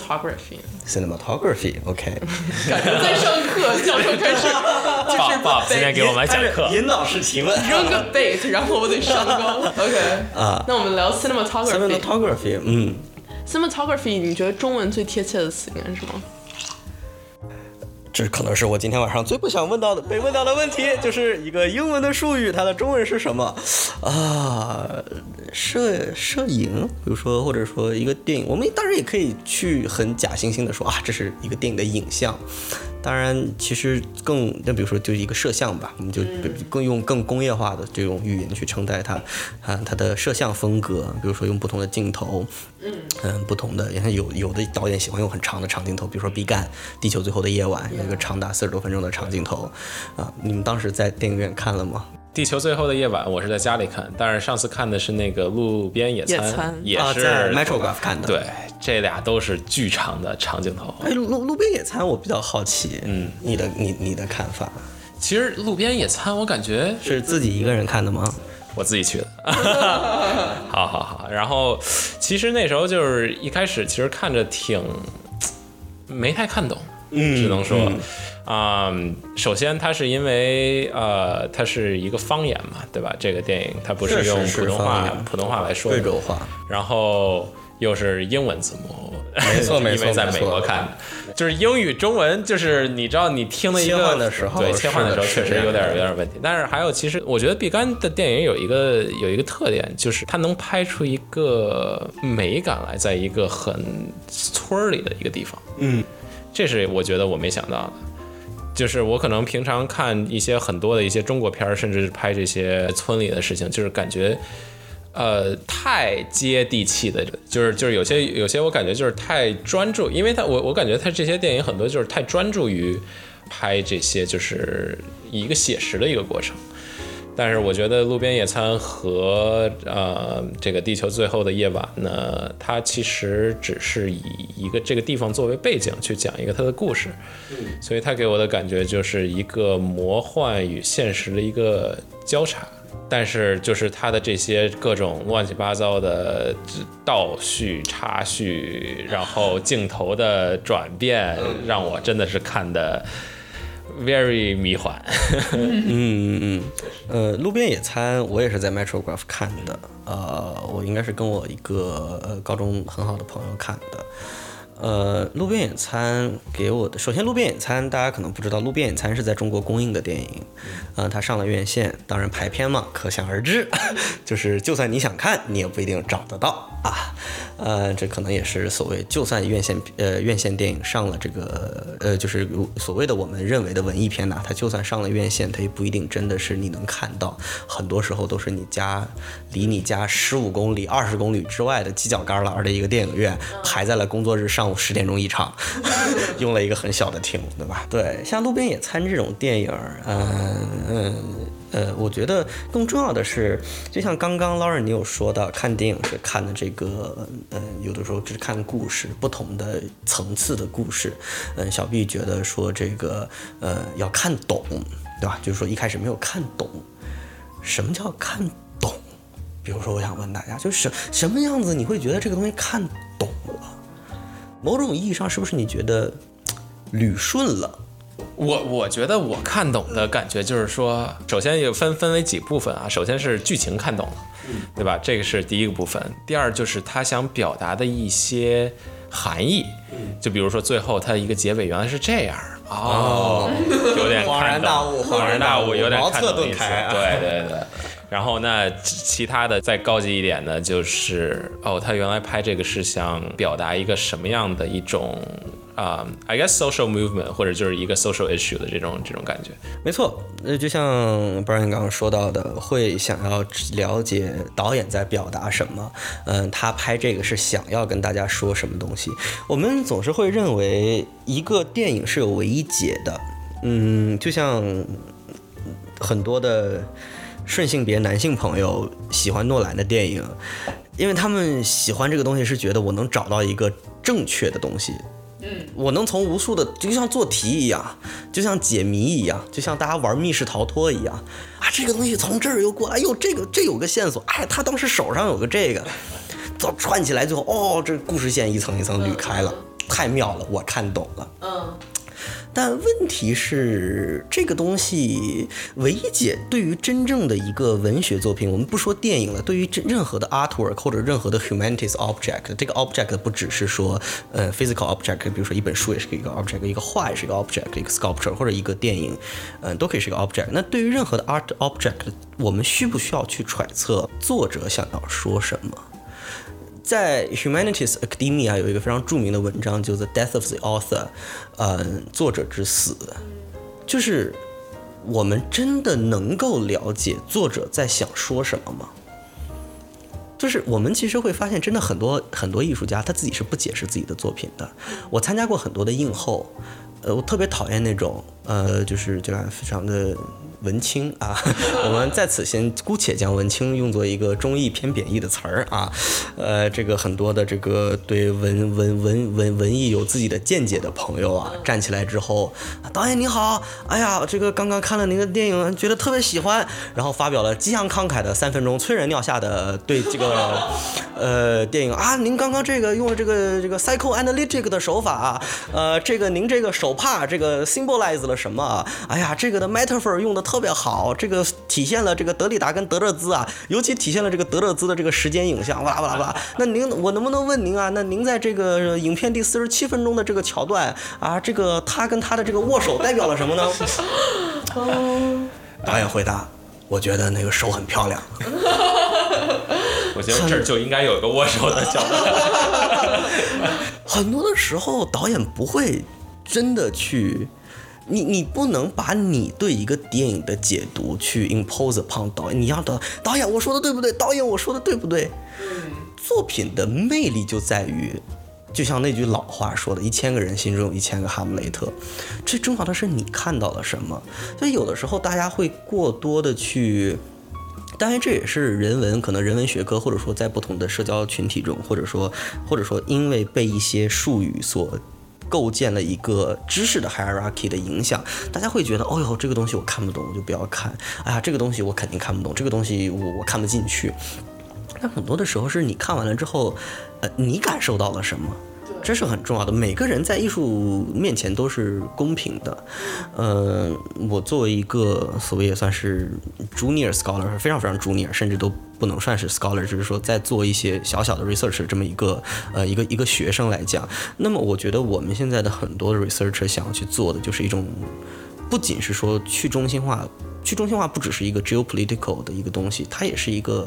cinematography。cinematography，OK、 okay 感觉在上课，教授开始就是爸今天给我们来讲课， 引导式提问， 扔个 bait， 然后我得上钩。OK， 啊，那我们聊 cinematography。 cinematography， 嗯 ，cinematography， 你觉得中文最贴切的词应该是什么？ 这可能是我今天晚上最不想问到的被问到的问题，就是一个英文的术语，它的中文是什么啊？摄摄影，比如说或者说一个电影，我们当然也可以去很假惺惺的说啊，这是一个电影的影像。当然，其实更那比如说就是一个摄像吧，我们就更用更工业化的这种语言去称待它啊，它的摄像风格，比如说用不同的镜头，嗯嗯，不同的，你看有有的导演喜欢用很长的长镜头，比如说毕赣《地球最后的夜晚》有一个长达四十多分钟的长镜头啊，你们当时在电影院看了吗？ 地球最后的夜晚我是在家里看，但是上次看的是那个路边野餐， 野餐也是、啊、 在 Metrograph 看的。 对，这俩都是巨长的长镜头。 哎，路路边野餐我比较好奇，嗯，你的你你的看法？ 其实路边野餐我感觉是自己一个人看的吗？ 我自己去的。好好好，然后其实那时候就是一开始其实看着挺没太看懂，嗯，只能说。嗯啊、嗯，首先它是因为呃，它是一个方言嘛，对吧？这个电影它不是用普通话普通话来说的， 贵州话， 然后又是英文字幕， 没错没错， 因为在美国看，就是英语中文，就是你知道你听了一个切换的时候， 对切换的时候确实有点有点问题。但是还有，其实我觉得毕赣的电影有一个有一个特点，就是它能拍出一个美感来，在一个很村里的一个地方，嗯，这是我觉得我没想到的。就是我可能平常看一些很多的一些中国片，甚至是拍这些村里的事情，就是感觉，呃，太接地气的，就是就是有些有些我感觉就是太专注，因为他我我感觉他这些电影很多就是太专注于拍这些就是一个写实的一个过程。但是我觉得路边野餐和呃这个地球最后的夜晚呢，它其实只是以一个这个地方作为背景去讲一个它的故事，所以它给我的感觉就是一个魔幻与现实的一个交叉。但是就是它的这些各种乱七八糟的倒叙、插叙，然后镜头的转变，让我真的是看的。 very 迷幻。 嗯嗯嗯，呃，路边野餐我也是在 Metrograph 看的，呃，我应该是跟我一个呃高中很好的朋友看的。呃，路边野餐给我的，首先路边野餐大家可能不知道，路边野餐是在中国公映的电影，嗯、呃，它上了院线，当然排片嘛，可想而知，就是就算你想看，你也不一定找得到啊。呃，这可能也是所谓，就算院线呃院线电影上了这个呃，就是所谓的我们认为的文艺片呐、啊，它就算上了院线，它也不一定真的是你能看到，很多时候都是你家离你家十五公里、二十公里之外的犄角旮旯的一个电影院，排在了工作日上午十点钟一场，用了一个很小的厅，对吧？对，像路边野餐这种电影，嗯嗯。呃，我觉得更重要的是，就像刚刚 Lauren 你有说到，看电影是看的这个，呃，有的时候只是看故事，不同的层次的故事。嗯、呃，小 B 觉得说这个，呃，要看懂，对吧？就是说一开始没有看懂，什么叫看懂？比如说，我想问大家，就是什么样子你会觉得这个东西看懂了？某种意义上，是不是你觉得捋顺了？ 我我觉得我看懂的感觉就是说，首先有分分为几部分啊。首先是剧情看懂了，对吧？这个是第一个部分。第二就是他想表达的一些含义，就比如说最后他一个结尾原来是这样哦，有点恍然大悟， 恍然大悟，有点看懂意思。 啊、 对对对。然后那其他的再高级一点的，就是哦，他原来拍这个是想表达一个什么样的一种。啊、um, ，I guess social movement 或者就是一个 social issue 的这种这种感觉， 没错。呃，就像 Brian 刚刚说到的，会想要了解导演在表达什么，嗯，他拍这个是想要跟大家说什么东西。我们总是会认为一个电影是有唯一解的，嗯，就像很多的顺性别男性朋友喜欢诺兰的电影，因为他们喜欢这个东西是觉得我能找到一个正确的东西。我能从无数的，就像做题一样，就像解谜一样，就像大家玩密室逃脱一样啊，这个东西从这儿又过来，哎呦，这个这有个线索，哎，他当时手上有个这个，早串起来最后，哦，这故事线一层一层捋开了，太妙了，我看懂了。嗯。但问题是，这个东西唯一解对于真正的一个文学作品，我们不说电影了，对于任何的 artwork 或者任何的 humanities object， 这个 object 不只是说呃 physical object， 比如说一本书也是一个 object， 一个画也是一个 object， 一个 sculpture 或者一个电影，嗯、呃，都可以是一个 object。那对于任何的 art object， 我们需不需要去揣测作者想要说什么？在 Humanities Academia 有一个非常著名的文章，叫做 Death of the Author， 呃，作者之死，就是我们真的能够了解作者在想说什么吗？就是我们其实会发现，真的很多很多艺术家他自己是不解释自己的作品的。我参加过很多的映后，呃，我特别讨厌那种，呃，就是这样非常的文青啊，我们在此先姑且将文青用作一个中译偏贬义的词儿啊，呃，这个很多的这个对文文文文文艺有自己的见解的朋友啊，站起来之后，导演你好，哎呀，这个刚刚看了您的电影，觉得特别喜欢，然后发表了激昂慷慨的三分钟催人尿下的对这个呃电影啊，您刚刚这个用了这个这个 psychoanalytic 的手法啊，呃，这个您这个手帕这个 symbolize 了什么？哎呀，这个的 metaphor 用的特别好，这个体现了这个德里达跟德勒兹啊，尤其体现了这个德勒兹的这个时间影像，哇哇哇！那您，我能不能问您啊？那您在这个影片第四十七分钟的这个桥段啊，这个他跟他的这个握手代表了什么呢？导演回答：我觉得那个手很漂亮。 我觉得这儿就应该有一个握手的桥段。 很多的时候，导演不会真的去。你你不能把你对一个电影的解读去 impose upon 导演，你要导导演我说的对不对？导演我说的对不对？作品的魅力就在于，就像那句老话说的，一千个人心中有一千个哈姆雷特。最重要的是你看到了什么。所以有的时候大家会过多的去。当然，这也是人文，可能人文学科，或者说在不同的社交群体中，或者说，或者说因为被一些术语所构建了一个知识的 hierarchy 的影响，大家会觉得，哦哟，这个东西我看不懂，我就不要看。哎呀，这个东西我肯定看不懂，这个东西我我看不进去。但很多的时候是你看完了之后，呃，你感受到了什么？ 这是很重要的。每个人在艺术面前都是公平的。呃，我作为一个所谓也算是 junior scholar， 非常非常 junior， 甚至都不能算是 scholar， 只是说在做一些小小的 research 的这么一个呃一个一个学生来讲，那么我觉得我们现在的很多的 researcher 想要去做的就是一种，不仅是说去中心化，去中心化不只是一个 geopolitical 的一个东西，它也是一个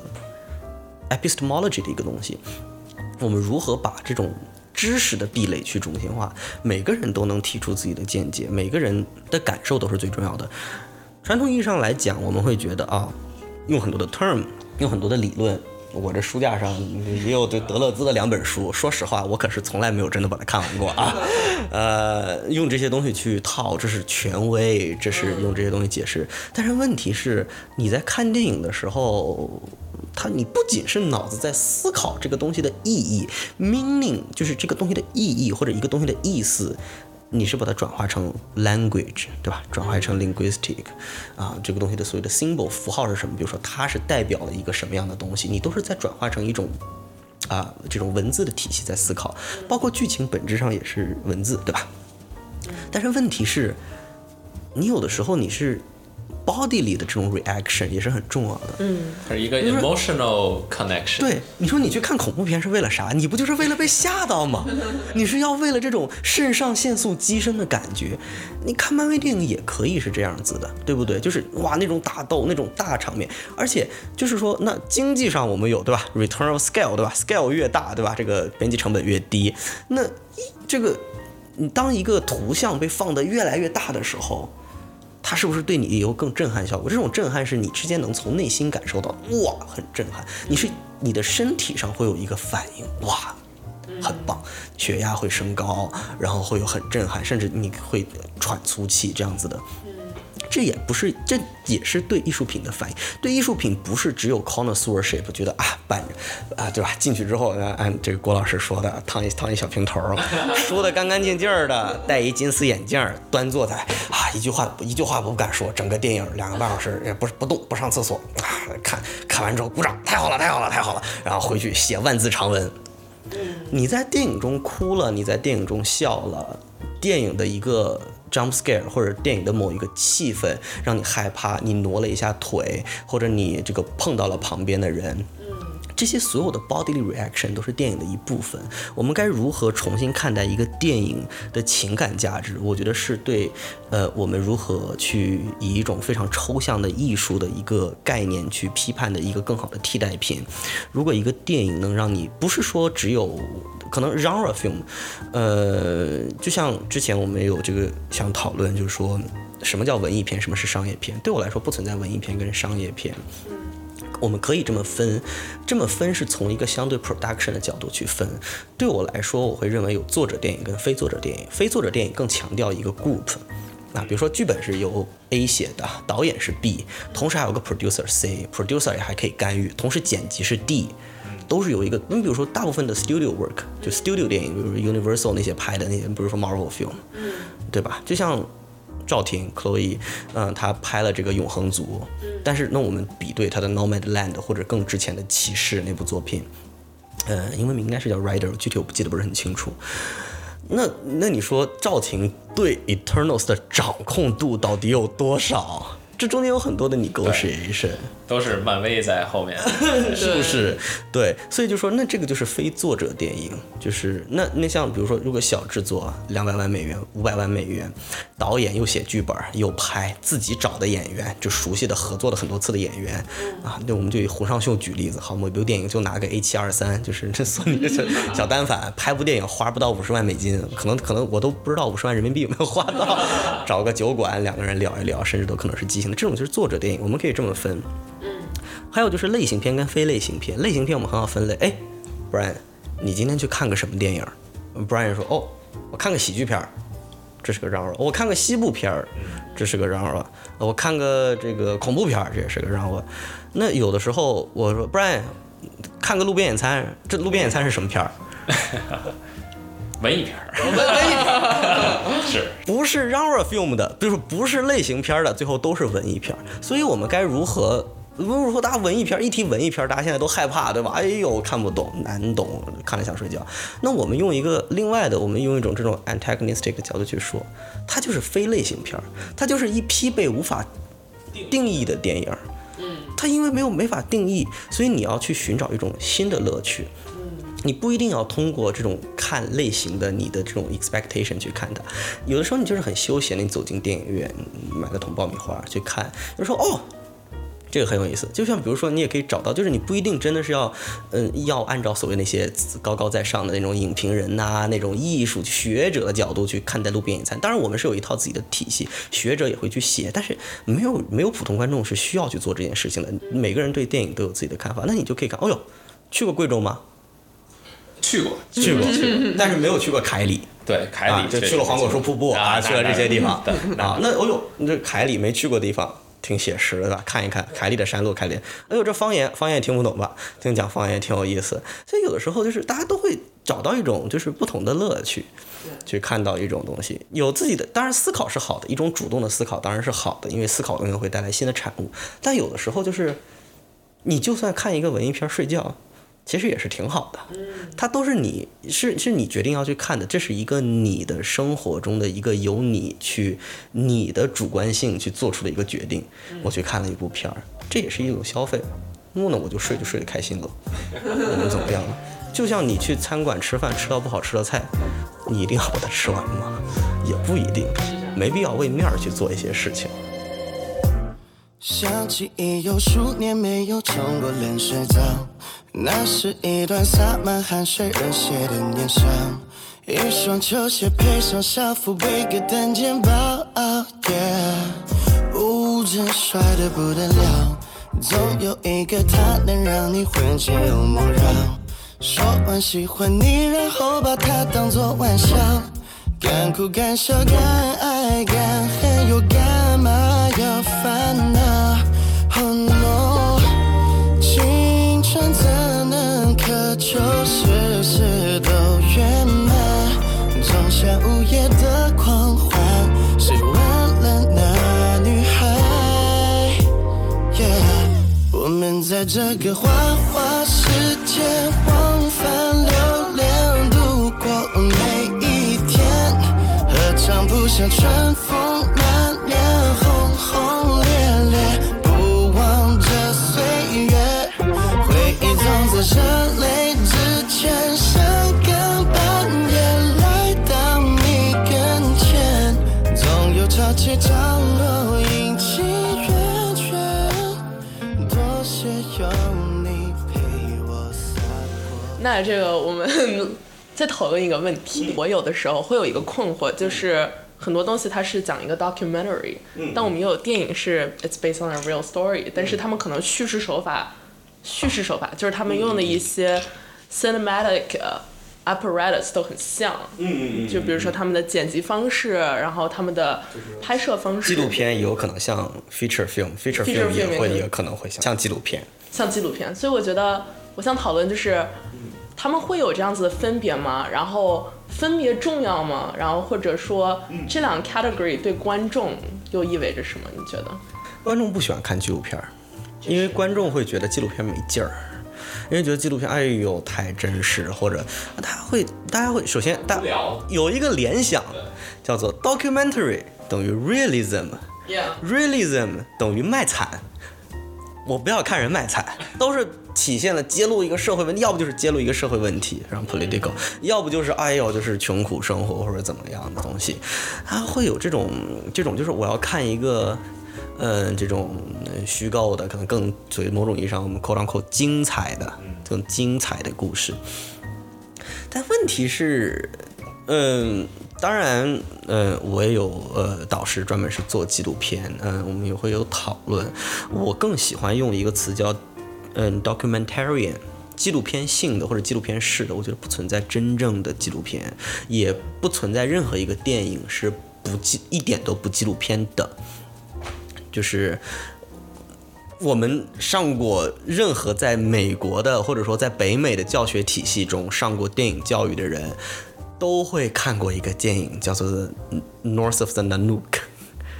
epistemology 的一个东西。我们如何把这种知识的壁垒去中心化，每个人都能提出自己的见解，每个人的感受都是最重要的。传统意义上来讲，我们会觉得啊，用很多的 term， 用很多的理论。我这书架上也有对德勒兹的两本书，说实话，我可是从来没有真的把它看完过啊。呃，用这些东西去套，这是权威，这是用这些东西解释。但是问题是，你在看电影的时候，它你不仅是脑子在思考这个东西的意义 ，meaning 就是这个东西的意义或者一个东西的意思。你是把它转化成 language， 对吧？转化成 linguistic， 啊，这个东西的所谓的 symbol 符号是什么？比如说它是代表了一个什么样的东西，你都是在转化成一种啊这种文字的体系在思考，包括剧情本质上也是文字，对吧？但是问题是，你有的时候你是 body 里的这种 reaction 也是很重要的， 嗯， 它是一个 emotional connection。 对，你说你去看恐怖片是为了啥？你不就是为了被吓到吗？你是要为了这种肾上腺素激升的感觉。你看漫威电影也可以是这样子的，对不对？就是哇那种打斗那种大场面，而且就是说那经济上我们有对吧 ？return of scale 对吧 ？scale 越大对吧？这个边际成本越低。那这个你当一个图像被放得越来越大的时候，它是不是对你有更震撼效果？这种震撼是你之间能从内心感受到，哇，很震撼。你是你的身体上会有一个反应，哇，很棒，血压会升高，然后会有很震撼，甚至你会喘粗气这样子的。这也不是，这也是对艺术品的反应。对艺术品不是只有 connoisseurship， 觉得啊办着啊对吧？进去之后呢，按这个郭老师说的，烫一烫一小平头，梳得干干净净的，戴一金丝眼镜，端坐在啊一句话一句话不敢说，整个电影两个半小时也不不动不上厕所啊，看看完之后鼓掌，太好了太好了太好了，然后回去写万字长文。你在电影中哭了，你在电影中笑了，电影的一个 jump scare 或者电影的某一个气氛让你害怕，你挪了一下腿，或者你这个碰到了旁边的人，这些所有的 bodily reaction 都是电影的一部分。我们该如何重新看待一个电影的情感价值？我觉得是对，呃，我们如何去以一种非常抽象的艺术的一个概念去批判的一个更好的替代品。如果一个电影能让你不是说只有可能 genre film， 呃，就像之前我们有这个想讨论，就是说什么叫文艺片，什么是商业片？对我来说，不存在文艺片跟商业片。我们可以这么分，这么分是从一个相对 production 的角度去分。对我来说，我会认为有作者电影跟非作者电影。非作者电影更强调一个 group， 啊，比如说剧本是由 A 写的，导演是 B， 同时还有个 producer C，producer 也还可以干预，同时剪辑是 D， 都是有一个。你比如说大部分的 studio work， 就 studio 电影，比如说 Universal 那些拍的那些，比如说 Marvel film， 对吧？就像赵婷 Chloe， 嗯，她拍了这个《永恒族》，但是那我们比对她的《Nomadland》或者更之前的《骑士》那部作品，呃，英文名应该是叫 Rider， 具体我不记得不是很清楚。那那你说赵婷对 Eternals 的掌控度到底有多少？这中间有很多的 negotiation， 都是漫威在后面， 是不是？对，所以就说那这个就是非作者电影，就是那那像比如说，如果小制作两百万美元、五百万美元，导演又写剧本又拍，自己找的演员，就熟悉的合作了很多次的演员啊，那我们就以洪尚秀举例子，好，某部电影就拿个 A 七二三，就是这索尼的小小单反，拍部电影花不到五十万美金，可能可能我都不知道五十万人民币有没有花到，找个酒馆两个人聊一聊，甚至都可能是即兴。这种就是作者电影，我们可以这么分。还有就是类型片跟非类型片。类型片我们很好分类。哎 ，Brian， 你今天去看个什么电影 ？Brian 说：“哦，我看个喜剧片，这是个 genre； 我看个西部片，这是个 genre； 我看个这个恐怖片，这也是个 genre。那有的时候我说 Brian， 看个路边野餐，这路边野餐是什么片？ 文艺片， 文艺片是不是 genre film 的？比如说不是类型片的，最后都是文艺片。所以我们该如何不是说大家文艺片一提文艺片，大家现在都害怕，对吧？哎呦，看不懂，难懂，看了想睡觉。那我们用一个另外的，我们用一种这种 antagonistic 的角度去说，它就是非类型片，它就是一批被无法定义的电影。它因为没有没法定义，所以你要去寻找一种新的乐趣。你不一定要通过这种看类型的你的这种 expectation 去看它，有的时候你就是很休闲的，你走进电影院买个桶爆米花去看，就说哦这个很有意思。就像比如说你也可以找到，就是你不一定真的是要嗯要按照所谓那些高高在上的那种影评人呐、啊、那种艺术学者的角度去看待路边野餐。当然我们是有一套自己的体系，学者也会去写，但是没有没有普通观众是需要去做这件事情的。每个人对电影都有自己的看法，那你就可以看，哦哟，去过贵州吗？ 去过， 去过，去过，但是没有去过凯里。 对，凯里、 啊、就去了黄果树瀑布啊，啊去了这些地方啊。那哦呦，这凯里没去过的地方挺写实的吧？看一看凯里的山路，凯里，哎呦，这方言方言听不懂吧？听讲方言挺有意思。所以有的时候就是大家都会找到一种就是不同的乐趣，去看到一种东西，有自己的。当然思考是好的，一种主动的思考当然是好的，因为思考永远会带来新的产物。但有的时候就是你就算看一个文艺片睡觉，其实也是挺好的，它都是你是是你决定要去看的，这是一个你的生活中的一个由你去你的主观性去做出的一个决定。我去看了一部片儿，这也是一种消费。那呢我就睡就睡得开心了，我们怎么样了？就像你去餐馆吃饭吃到不好吃的菜，你一定要把它吃完吗？也不一定，没必要为面儿去做一些事情。 想起已有数年没有冲过冷水澡，那是一段洒满汗水热血的年少，一双球鞋配上校服背个单肩包、oh, yeah, 舞着帅得不得了，总有一个他能让你魂牵又梦绕，说完喜欢你然后把它当作玩笑，敢哭敢笑敢爱敢恨又干嘛要烦恼。Oh no， 青春怎能渴求事事都圆满，仲夏午夜的狂欢是为了那女孩、yeah， 我们在这个花花世界往返流连度过每一天，何尝不像春风满面轰轰烈烈，不忘这岁月，回忆总在热泪之前深更半夜来到你跟前，总有潮起潮落阴晴圆缺，多谢有你陪我洒脱。 那这个我们再讨论一个问题，我有的时候会有一个困惑，就是很多东西它是讲一个 documentary，但我们也有电影是 it's based on a real story， 但是他们可能叙事手法叙事手法就是他们用的一些 cinematic apparatus 都很像，就比如说他们的剪辑方式，然后他们的拍摄方式。 纪录片有可能像 feature film，feature film 也会也可能会像像纪录片， 像纪录片。所以我觉得我想讨论就是他们会有这样子的分别吗？然后分别重要吗？然后或者说这两个 category 对观众又意味着什么？你觉得？ 观众不喜欢看纪录片，因为观众会觉得纪录片没劲儿，因为觉得纪录片哎呦太真实，或者大家会大家会首先大有一个联想叫做 documentary 等于 realism，realism 等于卖惨。我不要看人卖惨，都是体现了揭露一个社会问题，要不就是揭露一个社会问题，然后 political， 要不就是哎呦就是穷苦生活或者怎么样的东西，它会有这种这种就是我要看一个嗯、呃、这种虚构的，可能更属于某种意义上我们 quote unquote 精彩的这种精彩的故事。但问题是，嗯。当然，嗯，我也有呃导师专门是做纪录片，嗯，我们也会有讨论。我更喜欢用一个词叫，嗯 ，documentarian， 纪录片性的或者纪录片式的。我觉得不存在真正的纪录片，也不存在任何一个电影是不纪一点都不纪录片的。就是我们上过任何在美国的或者说在北美的教学体系中上过电影教育的人，都会看过一个电影叫做 North of the Nanook，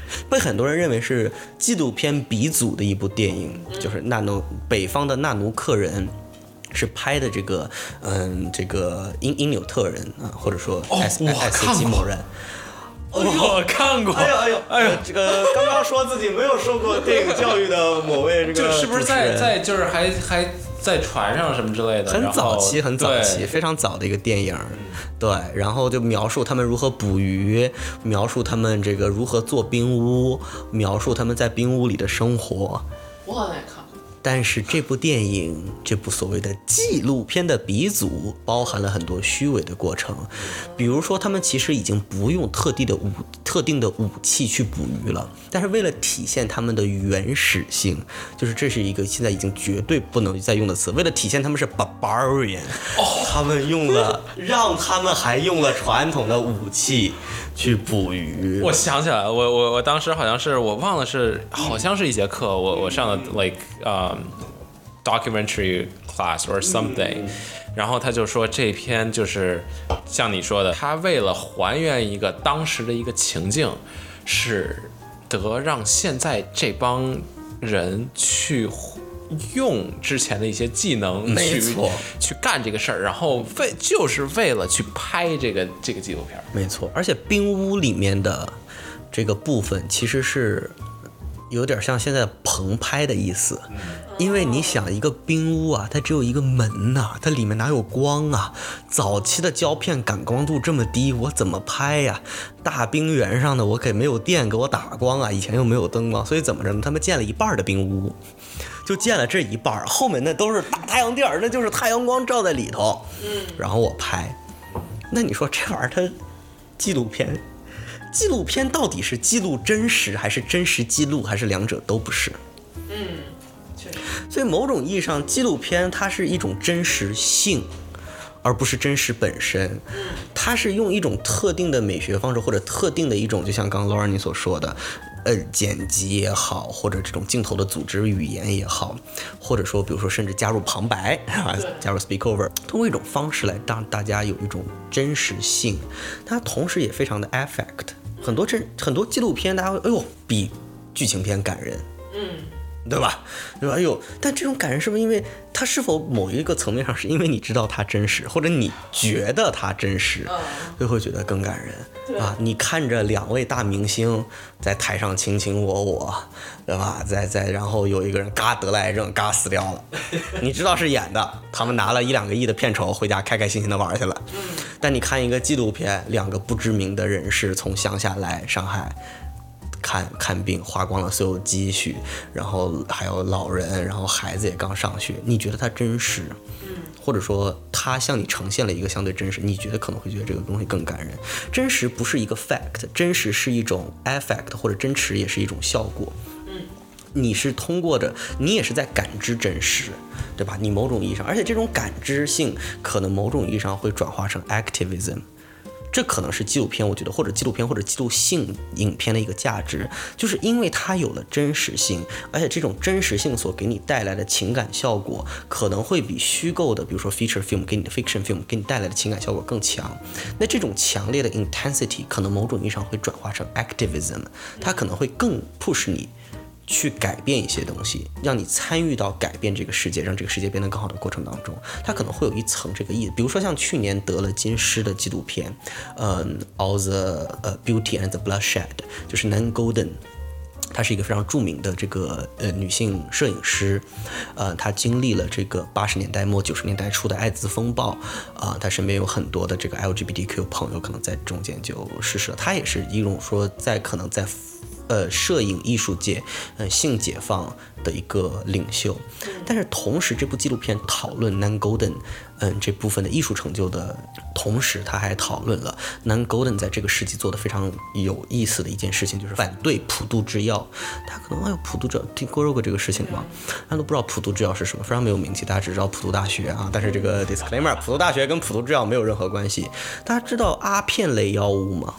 被很多人认为是纪录片鼻祖的一部电影，就是纳努北方的纳努克人。是拍的这个，嗯，这个因因纽特人啊，或者说艾斯艾斯基摩人。 我看过。 哎呦哎呦哎呦，这个刚刚说自己没有受过电影教育的某位这个， 就是不是在在就是还还在船上什么之类的， 很早期很早期非常早的一个电影，对，然后就描述他们如何捕鱼，描述他们这个如何做冰屋，描述他们在冰屋里的生活。 我来看。 但是这部电影，这部所谓的纪录片的鼻祖，包含了很多虚伪的过程，比如说他们其实已经不用特地的武特定的武器去捕鱼了，但是为了体现他们的原始性，就是这是一个现在已经绝对不能再用的词，为了体现他们是 barbarian，、哦、他们用了，让他们还用了传统的武器去捕鱼。 我想起来了，我我我当时好像是我忘了是好像是一节课，我我上了 like 啊、um, documentary class or something，、嗯、然后他就说这篇就是像你说的，他为了还原一个当时的一个情境，使得让现在这帮人去用之前的一些技能去去干这个事儿，然后为就是为了去拍这个这个纪录片。 没错，而且冰屋里面的这个部分其实是有点像现在棚拍的意思，因为你想一个冰屋啊，它只有一个门呐、啊，它里面哪有光啊？早期的胶片感光度这么低，我怎么拍呀？大冰原上的我给没有电给我打光啊，以前又没有灯光，所以怎么着呢？他们建了一半的冰屋，就建了这一半，后面那都是大太阳垫，那就是太阳光照在里头，然后我拍。那你说这玩意儿它纪录片？纪录片到底是记录真实还是真实记录，还是两者都不是？ 嗯，确实。 所以某种意义上，纪录片它是一种真实性，而不是真实本身。它是用一种特定的美学方式，或者特定的一种，就像刚刚 Laura 你所说的，呃，剪辑也好，或者这种镜头的组织语言也好，或者说，比如说甚至加入旁白啊，加入 speakover， 通过一种方式来让大家有一种真实性。它同时也非常的 affect。很多真很多纪录片，大家会哎呦比剧情片感人， 嗯， 对吧？对吧？哎呦，但这种感人是不是因为它是否某一个层面上是因为你知道它真实，或者你觉得它真实， 嗯、 就会觉得更感人啊！你看着两位大明星在台上卿卿我我，对吧？在在然后有一个人嘎得了癌症，嘎死掉了，你知道是演的，他们拿了一两个亿的片酬回家开开心心的玩去了。但你看一个纪录片，两个不知名的人士从乡下来上海看看病，花光了所有积蓄，然后还有老人，然后孩子也刚上学，你觉得它真实？或者说它向你呈现了一个相对真实，你觉得可能会觉得这个东西更感人。真实不是一个 fact， 真实是一种 affect， 或者真实也是一种效果。你是通过着，你也是在感知真实，对吧？你某种意义上，而且这种感知性可能某种意义上会转化成 activism， 这可能是纪录片，我觉得或者纪录片或者纪录性影片的一个价值，就是因为它有了真实性，而且这种真实性所给你带来的情感效果，可能会比虚构的，比如说 feature film 给你的 fiction film 给你带来的情感效果更强。那这种强烈的 intensity 可能某种意义上会转化成 activism， 它可能会更 push 你去改变一些东西，让你参与到改变这个世界，让这个世界变得更好的过程当中，它可能会有一层这个意思。比如说像去年得了金狮的纪录片，嗯 ，All the、uh, Beauty and the Bloodshed， 就是 Nan Goldin。她是一个非常著名的这个呃女性摄影师，呃，她经历了这个八十年代末九十年代初的艾滋风暴，啊、呃，她身边有很多的这个 L G B T Q 朋友可能在中间就逝世了。她也是一种说在可能在呃，摄影艺术界，呃，性解放的一个领袖，但是同时，这部纪录片讨论 Nan Goldin， 嗯，这部分的艺术成就的同时，他还讨论了 Nan Goldin 在这个世纪做的非常有意思的一件事情，就是反对普渡制药。他可能哎呦，普渡制药听过过这个事情吗？他都不知道普渡制药是什么，非常没有名气，大家只知道普渡大学啊。但是这个 disclaimer， 普渡大学跟普渡制药没有任何关系。大家知道阿片类药物吗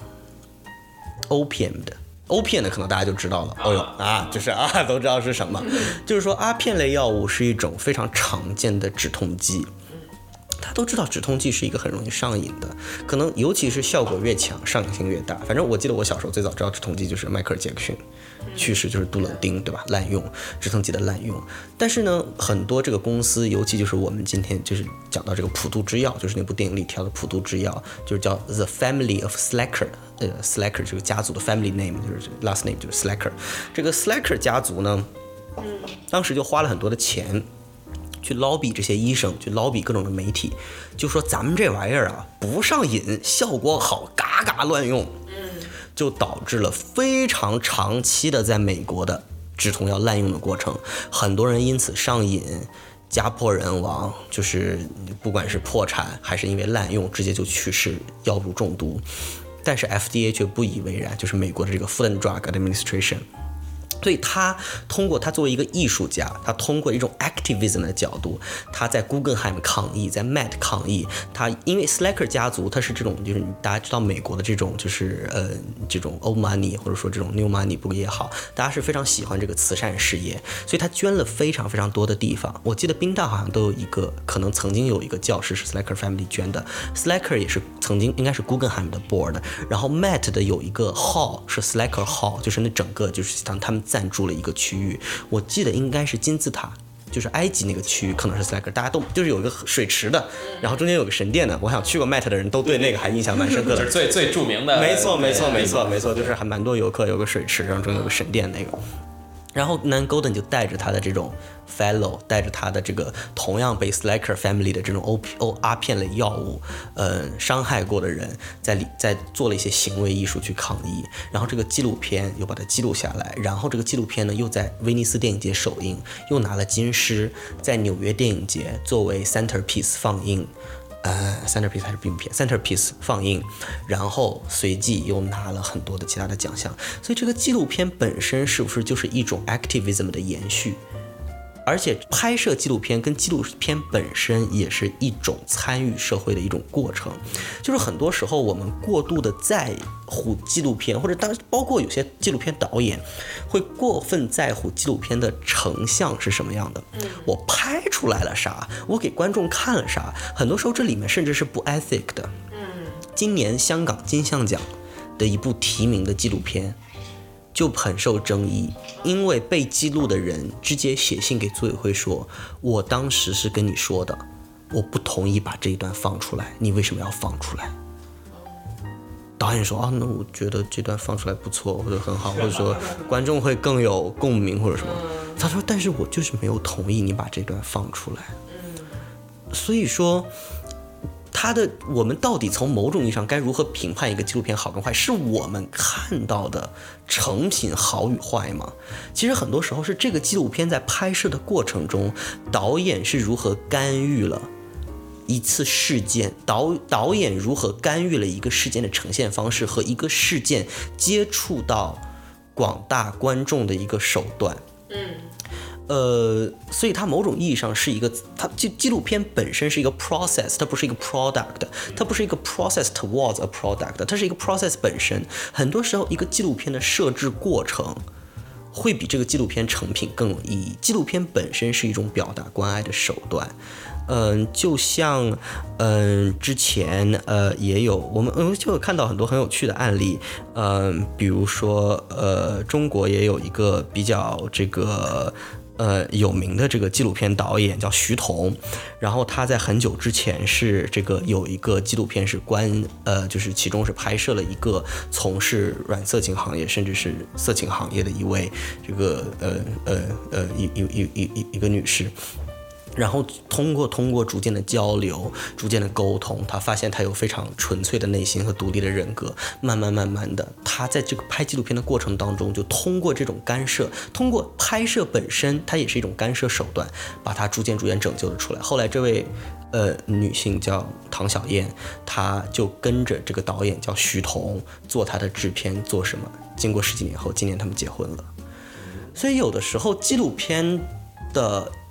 ？Opium 的。欧片的可能大家就知道了，哦哟啊，就是啊，都知道是什么。就是说，阿片类药物是一种非常常见的止痛剂， 大家都知道止痛剂是一个很容易上瘾的，可能尤其是效果越强，上瘾性越大。反正我记得我小时候最早知道止痛剂就是迈克尔·杰克逊去世，就是杜冷丁，对吧？滥用止痛剂的滥用。但是呢，很多这个公司，尤其就是我们今天就是讲到这个普渡之药，就是那部电影里提到的普渡之药，就是叫 The Family of Slacker， 呃 ，Slacker 这个家族的 family name 就是 last name 就是 Slacker。这个 Slacker 家族呢，当时就花了很多的钱去 lobby 这些医生，去 lobby 各种的媒体，就说咱们这玩意儿啊不上瘾，效果好，嘎嘎乱用，就导致了非常长期的在美国的止痛药滥用的过程，很多人因此上瘾，家破人亡，就是不管是破产还是因为滥用，直接就去世，药物中毒。但是 F D A 却不以为然，就是美国的这个 Food and Drug Administration。所以他通过他作为一个艺术家，他通过一种 activism 的角度，他在 Guggenheim 抗议，在 Met 抗议。他因为 Slacker 家族，他是这种就是大家知道美国的这种就是呃这种 old money 或者说这种 new money 不也好，大家是非常喜欢这个慈善事业，所以他捐了非常非常多的地方。我记得宾大好像都有一个，可能曾经有一个教室是 Slacker family 捐的。Slacker 也是曾经应该是 Guggenheim 的 board， 然后 Met 的有一个 hall 是 Slacker hall， 就是那整个就是当他们赞助了一个区域，我记得应该是金字塔，就是埃及那个区域可能是 Slacker， 大家都就是有一个水池的，然后中间有个神殿的，我想去过 Met 的人都对那个还印象蛮深刻的， 就是最最著名的， 没错没错没错没错，就是还蛮多游客有个水池，然后中间有个神殿那个。然后 Nan Goldin 就带着他的这种 fellow， 带着他的这个同样被 Slacker family 的这种 O P O 阿片类药物，呃，伤害过的人，在里在做了一些行为艺术去抗议。然后这个纪录片又把它记录下来，然后这个纪录片呢又在威尼斯电影节首映，又拿了金狮，在纽约电影节作为 centerpiece 放映。呃 ，centerpiece 还是并片 ，centerpiece 放映，然后随即又拿了很多的其他的奖项，所以这个纪录片本身是不是就是一种 activism 的延续？而且拍摄纪录片跟纪录片本身也是一种参与社会的一种过程，就是很多时候我们过度的在乎纪录片，或者当包括有些纪录片导演会过分在乎纪录片的成像是什么样的，我拍出来了啥，我给观众看了啥，很多时候这里面甚至是不 ethic 的。今年香港金像奖的一部提名的纪录片就很受争议，因为被记录的人直接写信给组委会说，我当时是跟你说的，我不同意把这一段放出来，你为什么要放出来？导演说啊，那我觉得这段放出来不错，或者很好，或者说观众会更有共鸣或者什么。他说，但是我就是没有同意你把这段放出来。所以说他的我们到底从某种意义上该如何评判一个纪录片好跟坏，是我们看到的成品好与坏吗？其实很多时候是这个纪录片在拍摄的过程中，导演是如何干预了一次事件，导导演如何干预了一个事件的呈现方式和一个事件接触到广大观众的一个手段。嗯。呃，所以它某种意义上是一个，它纪纪录片本身是一个 process， 它不是一个 product， 它不是一个 process towards a product， 它是一个 process 本身。很多时候，一个纪录片的摄制过程会比这个纪录片成品更有意义。纪录片本身是一种表达关爱的手段。嗯，就像嗯之前呃也有我们嗯就有看到很多很有趣的案例，嗯，比如说呃中国也有一个比较这个呃有名的这个纪录片导演叫徐桐，然后他在很久之前是这个有一个纪录片是关呃就是其中是拍摄了一个从事软色情行业甚至是色情行业的一位这个呃呃呃一一一一一个女士。然后通过通过逐渐的交流，逐渐的沟通，他发现他有非常纯粹的内心和独立的人格。慢慢慢慢的，他在这个拍纪录片的过程当中，就通过这种干涉，通过拍摄本身，它也是一种干涉手段，把他逐渐逐渐拯救了出来。后来这位呃女性叫唐小燕，她就跟着这个导演叫徐桐做她的制片，做什么？经过十几年后，今年他们结婚了。所以有的时候纪录片的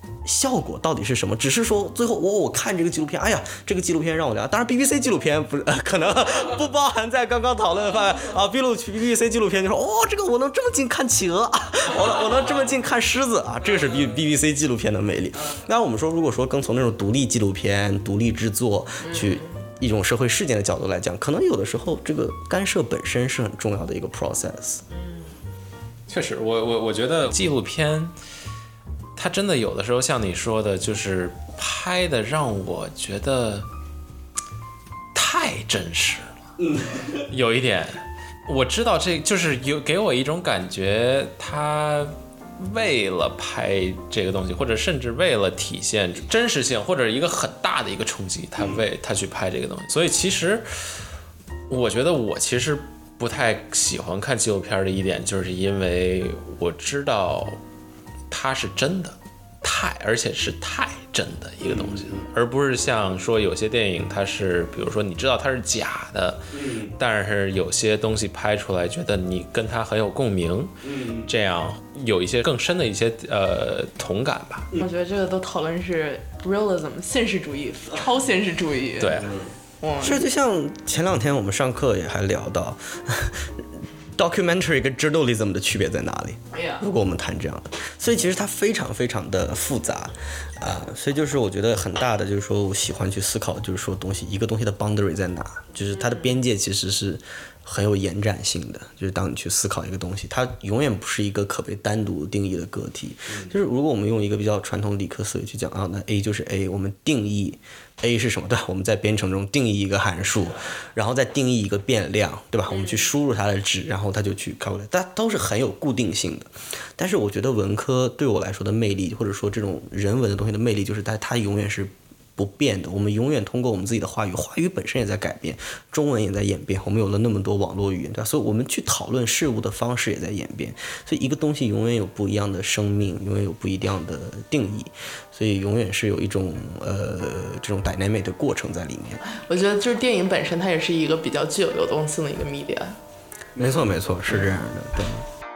效果到底是什么？只是说最后我我看这个纪录片，哎呀，这个纪录片让我聊。当然 B B C 纪录片不是、呃、可能不包含在刚刚讨论的范围啊。B B C 纪录片就说哦，这个我能这么近看企鹅，啊、我我能这么近看狮子啊，这个是 B B C 纪录片的魅力。那我们说，如果说更从那种独立纪录片、独立制作去一种社会事件的角度来讲，可能有的时候这个干涉本身是很重要的一个 process。 确实，我我我觉得纪录片。它真的有的时候像你说的，就是拍的让我觉得太真实了，有一点，我知道这就是有给我一种感觉，他为了拍这个东西，或者甚至为了体现真实性，或者一个很大的一个冲击，他为他去拍这个东西。所以其实我觉得我其实不太喜欢看纪录片的一点，就是因为我知道。它是真的，太而且是太真的一个东西，而不是像说有些电影它是，比如说你知道它是假的，但是有些东西拍出来，觉得你跟它很有共鸣，这样有一些更深的一些呃同感吧。 我觉得这个都讨论是 realism 现实主义、超现实主义。 对， 是就像前两天我们上课也还聊到。documentary 跟 journalism 的区别在哪里？如果我们谈这样的，所以其实它非常非常的复杂啊、呃，所以就是我觉得很大的就是说我喜欢去思考，就是说东西一个东西的 boundary 在哪，就是它的边界其实是很有延展性的，就是当你去思考一个东西，它永远不是一个可被单独定义的个体。就是如果我们用一个比较传统理科思维去讲啊，那 A 就是 A， 我们定义。A 是什么？对吧？我们在编程中定义一个函数，然后再定义一个变量，对吧？我们去输入它的值，然后它就去 calculate， 它都是很有固定性的。但是我觉得文科对我来说的魅力，或者说这种人文的东西的魅力，就是它它永远是不变的。我们永远通过我们自己的话语，话语本身也在改变，中文也在演变。我们有了那么多网络语言，对吧？所以我们去讨论事物的方式也在演变。所以一个东西永远有不一样的生命，永远有不一样的定义。所以永远是有一种呃这种 dynamic 的过程在里面。 我觉得就是电影本身它也是一个比较具有流动性的一个 media。 没错没错，是这样的，对。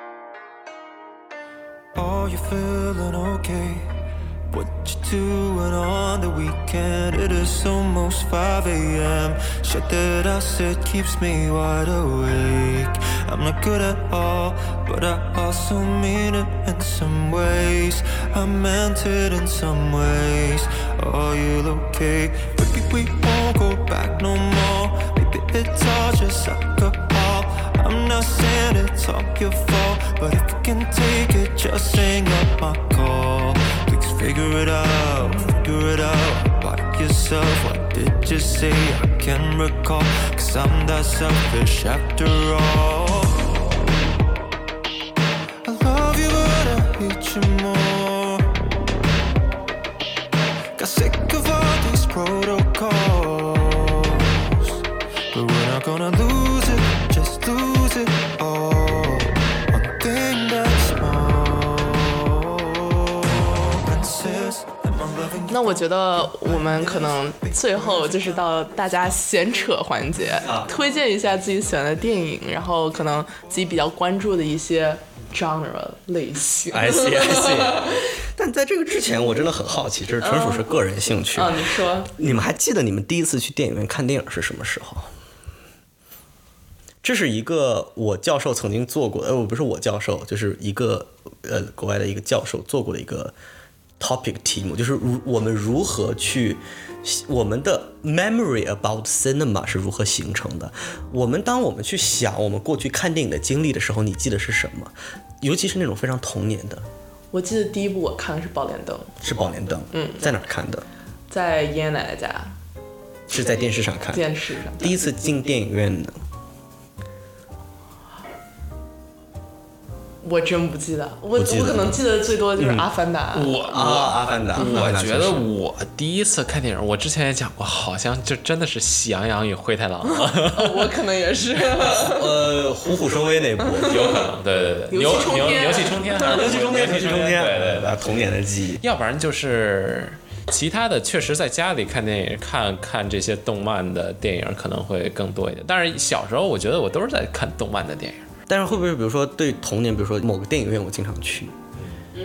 Are you feeling okay? What you doing on the weekend? It is almost five a.m. Shit that I said keeps me wide awake. I'm not good at all, but I also mean it in some ways. I meant it in some ways. Are you okay? Maybe we won't go back no more. Maybe it's all just alcohol. I'm not saying it's all your fault, but if you can take it, just hang up my call. Please figure it out, figure it out by yourself. What did you say? I can't recall, cause I'm that selfish after all. I love you but I hate you more. Got sick of all these protocols, but we're not gonna lose it, just lose it all. One thing that's more, princess, am I loving you? 那我觉得我们可能最后就是到大家闲扯环节，推荐一下自己喜欢的电影，然后可能自己比较关注的一些 genre 类型。 I see, I see. 但在这个之前，我真的很好奇，这是纯属是个人兴趣。 啊，你说， 你们还记得你们第一次去电影院看电影是什么时候？这是一个我教授曾经做过，呃，不是我教授，就是一个呃国外的一个教授做过的一个 topic 题目，就是如我们如何去我们的 memory about cinema 是如何形成的。我们当我们去想我们过去看电影的经历的时候，你记得是什么？尤其是那种非常童年的。 我记得第一部我看的是《宝莲灯》， 是《宝莲灯》，嗯，在哪儿看的？ 在爷爷奶奶家。 是在电视上看？ 电视上。 第一次进电影院呢？ 我真不记得，我我可能记得最多就是《阿凡达》 嗯。我啊，《阿凡达》， 我觉得我第一次看电影，我之前也讲过，好像就真的是《喜羊羊与灰太狼》 哦。我可能也是。 呃，虎虎生威那部， 有可能，对对对， 牛牛牛气冲天， 牛气冲天，牛气冲天， 对对对， 童年的记忆。 要不然就是其他的，确实在家里看电影，看看这些动漫的电影可能会更多一点。但是小时候，我觉得我都是在看动漫的电影。 但是会不会比如说对童年，比如说某个电影院我经常去， 嗯，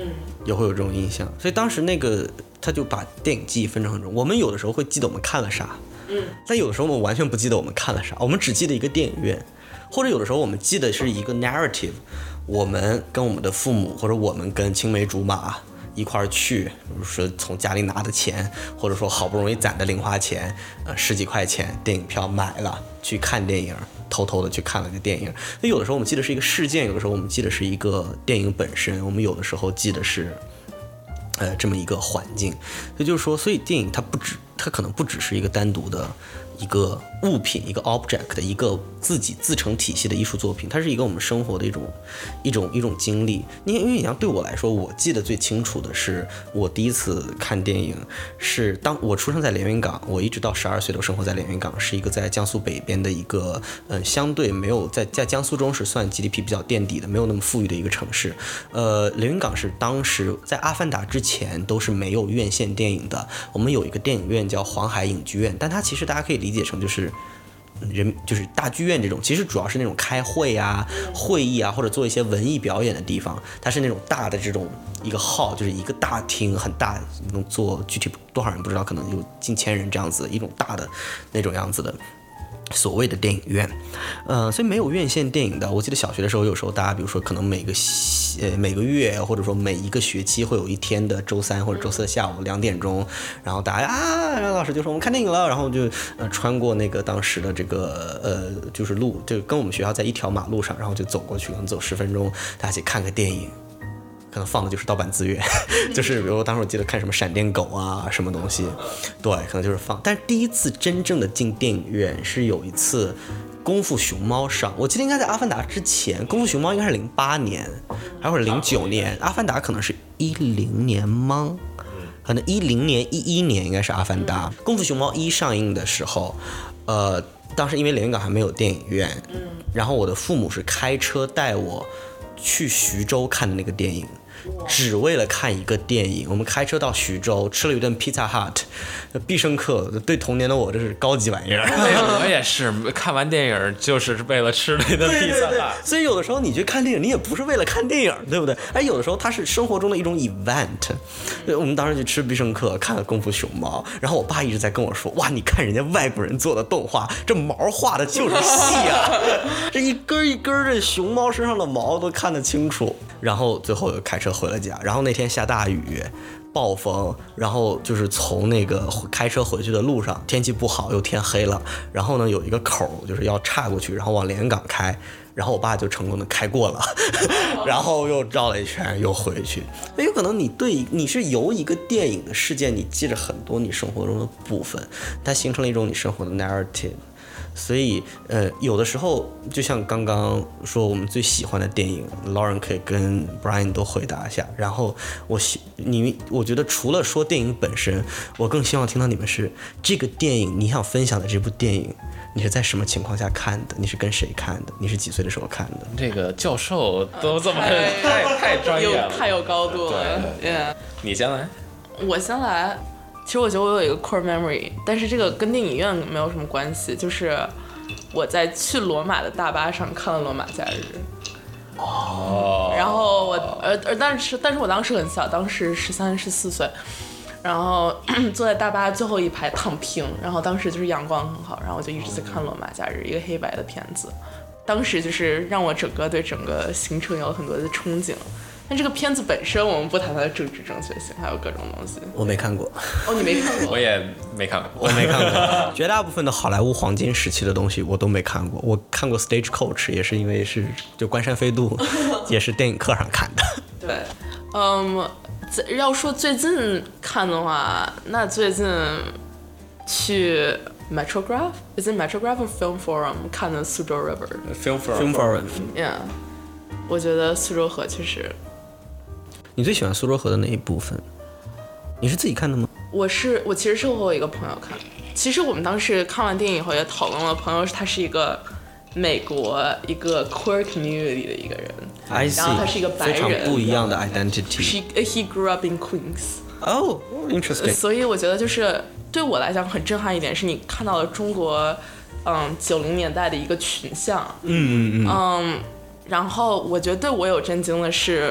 也会有这种印象。所以当时那个他就把电影记忆分成很重，我们有的时候会记得我们看了啥，嗯，但有的时候我们完全不记得我们看了啥，我们只记得一个电影院，或者有的时候我们记得是一个 narrative， 我们跟我们的父母或者我们跟青梅竹马一块儿去，比如说从家里拿的钱，或者说好不容易攒的零花钱，呃十几块钱电影票买了去看电影，偷偷的去看了个电影。那有的时候我们记得是一个事件，有的时候我们记得是一个电影本身，我们有的时候记得是呃这么一个环境。所以就是说，所以电影它不只，它可能不只是一个单独的一个物品，一个 object 的一个自己自成体系的艺术作品，它是一个我们生活的一种一种一种经历。因为因为你像对我来说，我记得最清楚的是我第一次看电影是当我出生在连云港，我一直到十二岁都生活在连云港，是一个在江苏北边的一个嗯相对没有在在江苏中是算 G D P 比较垫底的，没有那么富裕的一个城市。呃，连云港是当时在《阿凡达》之前都是没有院线电影的，我们有一个电影院叫黄海影剧院，但它其实大家可以理解成就是人就是大剧院这种，其实主要是那种开会啊、会议啊，或者做一些文艺表演的地方。它是那种大的这种一个 hall， 就是一个大厅，很大，能坐具体多少人不知道，可能有近千人这样子，一种大的那种样子的所谓的电影院。呃，所以没有院线电影的。我记得小学的时候，有时候大家比如说可能每个呃每个月或者说每一个学期会有一天的周三或者周四的下午两点钟，然后大家啊，然后老师就说我们看电影了，然后就呃穿过那个当时的这个呃就是路，就跟我们学校在一条马路上，然后就走过去，可能走十分钟，大家一起看个电影。可能放的就是盗版资源，就是比如当时我记得看什么闪电狗啊什么东西，对，可能就是放。但是第一次真正的进电影院是有一次功夫熊猫上，我记得应该在阿凡达之前，功夫熊猫应该是零八年还或者零九年，阿凡达可能是一零年吗？可能一零年一一年应该是阿凡达。功夫熊猫一上映的时候，呃，当时因为连云港还没有电影院，然后我的父母是开车带我去徐州看的那个电影，只为了看一个电影。我们开车到徐州，吃了一顿 Pizza Hut， 必胜客，对童年的我这是高级玩意儿。 我也是看完电影就是为了吃了一顿 Pizza Hut。 所以有的时候你去看电影，你也不是为了看电影，对不对？而有的时候它是生活中的一种 event。我们当时去吃必胜客，看了功夫熊猫，然后我爸一直在跟我说：“哇，你看人家外国人做的动画，这毛画的就是细啊，这一根一根的熊猫身上的毛都看得清楚。”然后最后又开车回了家，然后那天下大雨，暴风，然后就是从那个开车回去的路上，天气不好，又天黑了，然后呢有一个口就是要岔过去，然后往连云港开，然后我爸就成功的开过了，然后又绕了一圈又回去。那有可能你对你是由一个电影的事件，你记着很多你生活中的部分，它形成了一种你生活的 narrative。所以，呃，有的时候就像刚刚说我们最喜欢的电影 ，Lauren 可以跟 Brian 都回答一下。然后我希你，我觉得除了说电影本身，我更希望听到你们是这个电影你想分享的这部电影，你是在什么情况下看的？你是跟谁看的？你是几岁的时候看的？ 这个教授都这么太太专业了， 太有高度了。对， yeah. 你先来， 我先来。其实我觉得我有一个 core memory， 但是这个跟电影院没有什么关系，就是我在去罗马的大巴上看了《罗马假日》。 哦。 然后我呃呃，但是但是我当时很小，当时十三十四岁，然后坐在大巴最后一排躺平，然后当时就是阳光很好，然后我就一直在看《罗马假日》，一个黑白的片子，当时就是让我整个对整个行程有很多的憧憬。但这个片子本身，我们不谈它的政治正确性，还有各种东西。 我没看过。 哦，你没看过？ 我也没看过， 我没看过。绝大部分的好莱坞黄金时期的东西我都没看过。我看过 Stagecoach， 也是因为是就关山飞渡，也是电影课上看的。 对，嗯，要说最近看的话，那最近去 Metrograph，is it Metrograph or Film Forum 看的苏州 River。Film Forum。Film Forum。Yeah， 我觉得苏州河确实。 你最喜欢苏州河的哪一部分？你是自己看的吗？ 我是我其实是和我一个朋友看。其实我们当时看完电影以后也讨论了，朋友他是一个美国一个 queer community 的一个人， I see， 然后他是一个白人， 非常不一样的 identity。 He he grew up in Queens。 Oh, interesting。 所以我觉得就是对我来讲很震撼一点，是你看到了中国嗯九零年代的一个群像。 嗯嗯嗯。 嗯，然后我觉得对我有震惊的是。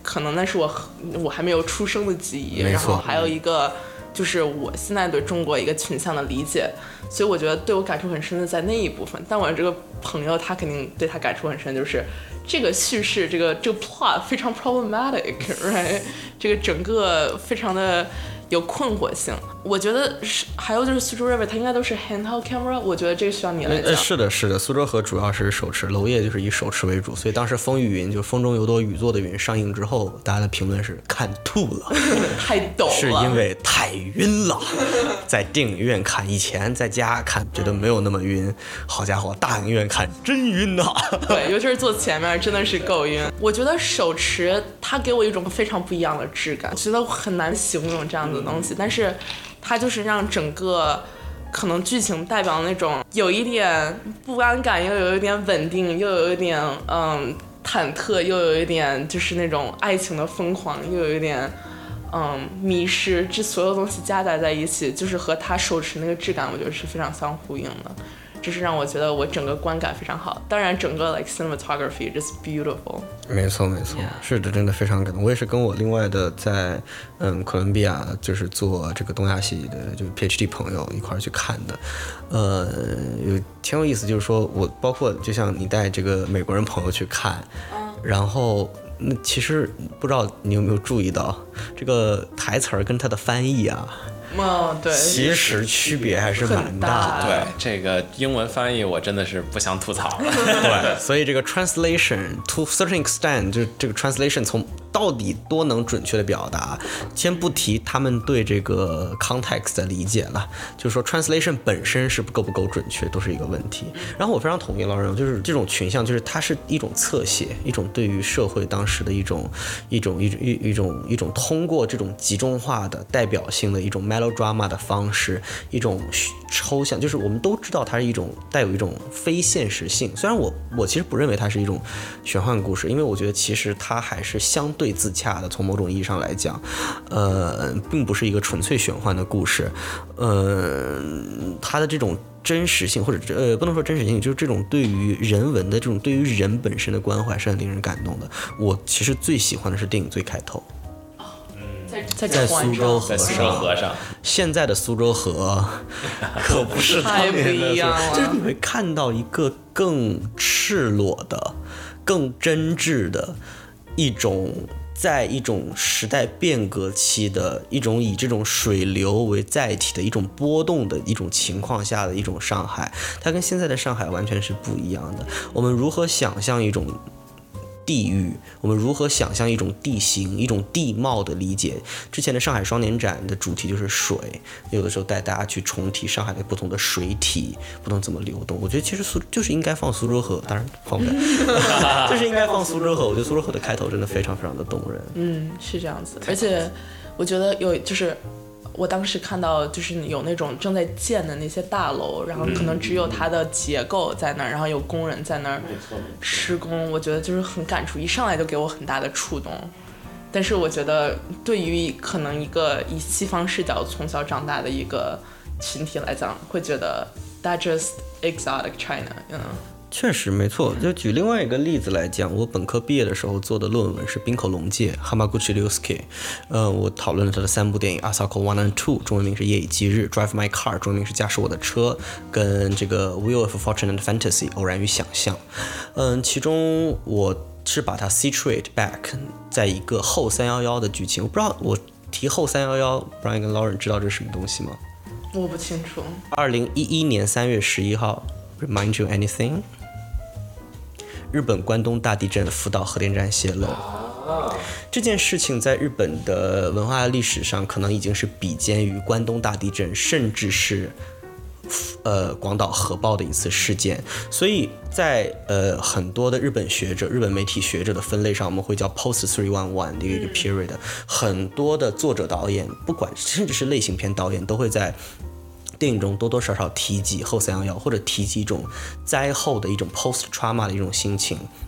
可能那是我我还没有出生的记忆，然后还有一个就是我现在对中国一个群像的理解，所以我觉得对我感触很深的在那一部分。但我这个朋友他肯定对他感触很深，就是这个叙事这个这个 plot 非常 problematic， right？ 这个整个非常的有困惑性。我觉得是还有就是苏州 River 它应该都是 handheld camera， 我觉得这个需要你来讲。 呃，是的，是的，苏州河主要是手持，娄烨就是以手持为主，所以当时风雨云就风中有朵雨做的云上映之后，大家的评论是看吐了， 太陡了， 是因为太晕了。在电影院看，以前在家看觉得没有那么晕，好家伙，大影院看真晕呐、啊！ 对，尤其是坐前面真的是够晕。我觉得手持它给我一种非常不一样的质感，觉得很难形容这样子的东西，但是它就是让整个可能剧情代表那种有一点不安感，又有一点稳定，又有一点嗯忐忑，又有一点就是那种爱情的疯狂，又有一点嗯迷失，这所有东西加载在一起，就是和他手持那个质感，我觉得是非常相呼应的。这是让我觉得我整个观感非常好，当然整个 like cinematography just beautiful。 没错没错， yeah. 是的，真的非常感动。我也是跟我另外的在嗯哥伦比亚就是做这个东亚系的就 P H D 朋友一块去看的，呃，有挺有意思，就是说我包括就像你带这个美国人朋友去看，嗯、然后那其实不知道你有没有注意到这个台词儿跟他的翻译啊。 哦，对， 其实区别还是蛮大的。 对，这个英文翻译我真的是不想吐槽了。 对，所以这个 translation to certain extent， 就这个 translation 从到底多能准确的表达，先不提他们对这个 context 的理解了，就是说 translation 本身是够不够准确都是一个问题。然后我非常同意老人，就是这种群像，就是它是一种侧写，一种对于社会当时的一种一种一种一一种一种通过这种集中化的代表性的一种 melodrama 的方式，一种抽象，就是我们都知道它是一种带有一种非现实性。虽然我我其实不认为它是一种玄幻故事，因为我觉得其实它还是相对最自洽的，从某种意义上来讲，呃，并不是一个纯粹玄幻的故事，呃，它的这种真实性，或者呃，不能说真实性，就是这种对于人文的这种对于人本身的关怀是很令人感动的。我其实最喜欢的是电影最开头， 在在苏州河在苏州河上， 现在的苏州河可不是当年的， 太不一样了， 就是你会看到一个更赤裸的、更真挚的。一种在一种时代变革期的一种以这种水流为载体的一种波动的一种情况下的一种上海，它跟现在的上海完全是不一样的。我们如何想象一种地域，我们如何想象一种地形、一种地貌的理解？之前的上海双年展的主题就是水，有的时候带大家去重提上海的不同的水体，不同怎么流动。我觉得其实苏就是应该放苏州河，当然放不了，就是应该放苏州河。我觉得苏州河的开头真的非常非常的动人。 嗯，是这样子，而且我觉得有就是。我当时看到就是有那种正在建的那些大楼，然后可能只有它的结构在那儿，然后有工人在那儿施工，我觉得就是很感触，一上来就给我很大的触动。但是我觉得对于可能一个以西方视角从小长大的一个群体来讲，会觉得 that just exotic China， you know？ 确实没错，就举另外一个例子来讲，我本科毕业的时候做的论文是滨口龙介 Hamaguchi Ryusuke， 呃，我讨论了他的三部电影 Asako One and Two， 中文名是夜以继日 Drive My Car， 中文名是驾驶我的车，跟这个 Wheel of Fortune and Fantasy 偶然与想象。嗯，其中我是把它 situate back 在一个后三一一的剧情，我不知道我提后三一一 Brian 跟 Lauren 知道这是什么东西吗？ 我不清楚。 二零一一年三月十一号 Remind you anything？日本关东大地震，福岛核电站泄漏。这件事情在日本的文化历史上，可能已经是比肩于关东大地震，甚至是呃广岛核爆的一次事件。所以在呃很多的日本学者、日本媒体学者的分类上，我们会叫 post three one one 的一个 period。很多的作者导演，不管甚至是类型片导演，都会在电影中多多少少提及后三一一，或者提及一种灾后的一种 post trauma 的一种心情。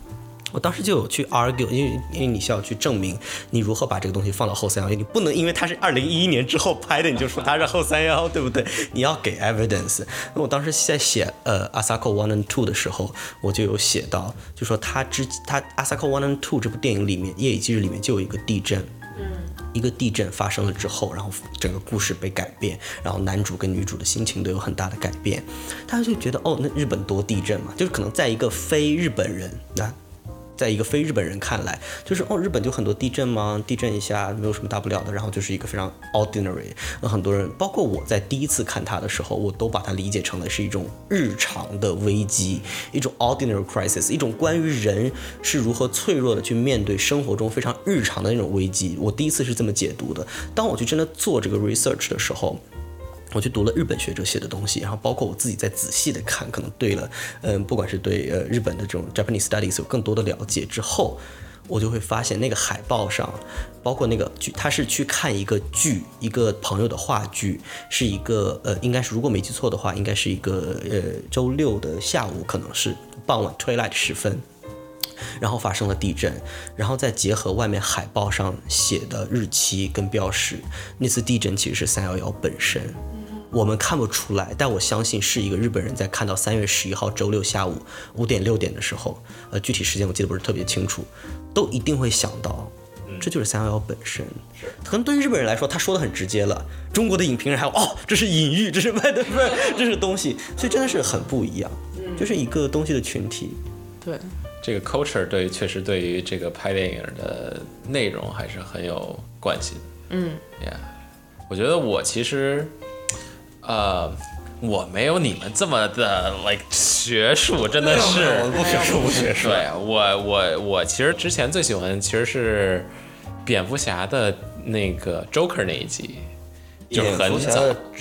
我当时就有去 argue， 因为因为你需要去证明你如何把这个东西放到后三一一，你不能因为它是二零一一年之后拍的，你就说它是后三一一，对不对？你要给 evidence。那我当时在写呃 Asako One and Two 的时候，我就有写到，就说他之他 Asako One and Two 这部电影里面，夜以继日里面就有一个地震。一个地震发生了之后，然后整个故事被改变，然后男主跟女主的心情都有很大的改变。大家就觉得哦，那日本多地震嘛，就是可能在一个非日本人那。在一个非日本人看来，就是哦，日本就很多地震吗？地震一下没有什么大不了的，然后就是一个非常 ordinary。那很多人，包括我在第一次看它的时候，我都把它理解成了是一种日常的危机，一种 ordinary crisis， 一种关于人是如何脆弱的去面对生活中非常日常的那种危机。我第一次是这么解读的。当我去真的做这个 research 的时候，我去读了日本学者写的东西，然后包括我自己在仔细的看，可能对了，嗯，不管是对呃日本的这种 Japanese studies 有更多的了解之后，我就会发现那个海报上，包括那个剧，他是去看一个剧，一个朋友的话剧，是一个呃，应该是如果没记错的话，应该是一个呃周六的下午，可能是傍晚 twilight 时分。然后发生了地震，然后再结合外面海报上写的日期跟标识，那次地震其实是三一一本身。我们看不出来，但我相信是一个日本人在看到三月十一号周六下午五点六点的时候，呃，具体时间我记得不是特别清楚，都一定会想到，这就是三一一本身。可能对于日本人来说，他说的很直接了。中国的影评人还有哦，这是隐喻，这是卖的不是，这是东西，所以真的是很不一样，就是一个东西的群体。 对。 这个 culture 对确实对于这个拍电影的内容还是很有关系的。 嗯 ，Yeah， 我觉得我其实，呃，我没有你们这么的 like 学术，真的是不学术不学术。 对我我我其实之前最喜欢其实是蝙蝠侠的那个 Joker 那一集，就是很早。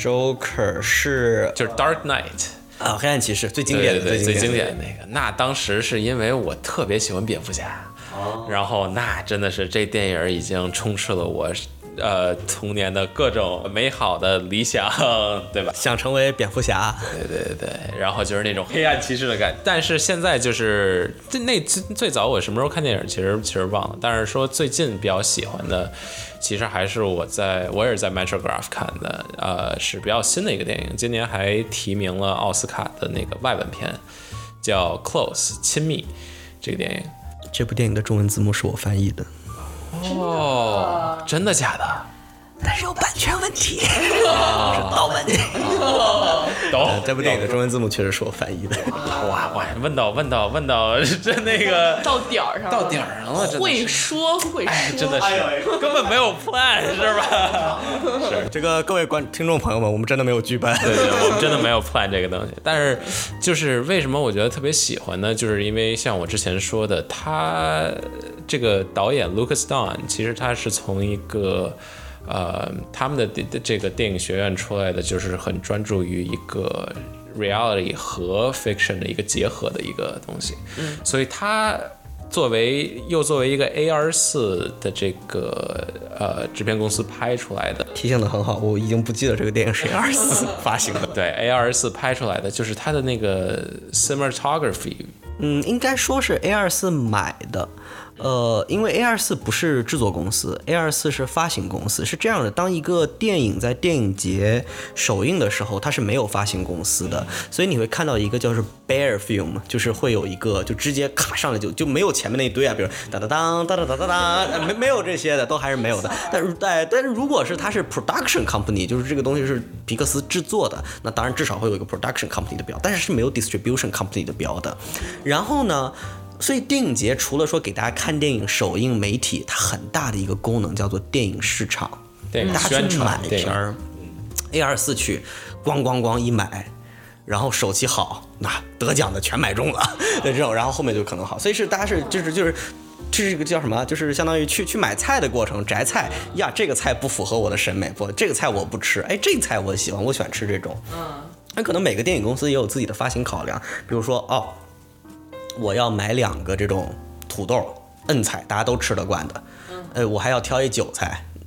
Joker 是就是 Dark Knight。 啊，黑暗骑士最经典的， 对对对， 最经典的那个。那当时是因为我特别喜欢蝙蝠侠，哦、然后那真的是这电影已经充斥了我呃童年的各种美好的理想，对吧？ 想成为蝙蝠侠， 对对对对，然后就是那种黑暗骑士的感觉。但是现在就是那最最早我什么时候看电影，其实其实忘了。但是说最近比较喜欢的。其实还是我在我也是在 Metrograph 看的，呃，是比较新的一个电影，今年还提名了奥斯卡的那个外文片，叫 Close 亲密这个电影。 这部电影的中文字幕是我翻译的。 哦，真的假的？ 但是有版权问题，是盗版电影。 懂。 这部电影的中文字幕确实是我翻译的。 哇哇，问到问到问到，这那个到点儿上了， 到点儿上了， 会说会说， 哎，真的是根本没有 plan 是吧？ 是这个各位观听众朋友们，我们真的没有剧本， 对对，我们真的没有 plan 这个东西。但是就是为什么我觉得特别喜欢呢？就是因为像我之前说的，他这个导演 Lucas Don 其实他是从一个。呃，他们的这个电影学院出来的，就是很专注于一个 reality 和 fiction 的一个结合的一个东西。嗯，所以他作为又作为一个 A 二十四 的这个呃制片公司拍出来的， 提醒的很好，我已经不记得这个电影是 A 二十四 发行的。 对 ，A 二十四 拍出来的，就是他的那个 cinematography。 嗯，应该说是 A 二十四 买的。呃，因为 A 二十四 不是制作公司 ，A 二十四 是发行公司。是这样的，当一个电影在电影节首映的时候，它是没有发行公司的，所以你会看到一个叫是 Bare Film， 就是会有一个就直接卡上来就就没有前面那一堆啊，比如哒哒当哒哒哒哒哒，没没有这些的，都还是没有的。但是但但是如果是它是 Production Company， 就是这个东西是皮克斯制作的，那当然至少会有一个 Production Company 的标，但是是没有 Distribution Company 的标的。然后呢？所以电影节除了说给大家看电影首映媒体，它很大的一个功能叫做电影市场， 电影宣传片儿 ，A 二十四 去咣咣咣一买，然后手气好，那得奖的全买中了的这种，然后后面就可能好，所以是大家是就是就是。这是一个叫什么？就是相当于去去买菜的过程，摘菜呀，这个菜不符合我的审美，不，这个菜我不吃，哎，这个菜我喜欢，我喜欢吃这种。嗯，那可能每个电影公司也有自己的发行考量，比如说哦。我要买两个这种土豆、嫩菜，大家都吃得惯的。呃，我还要挑一韭菜，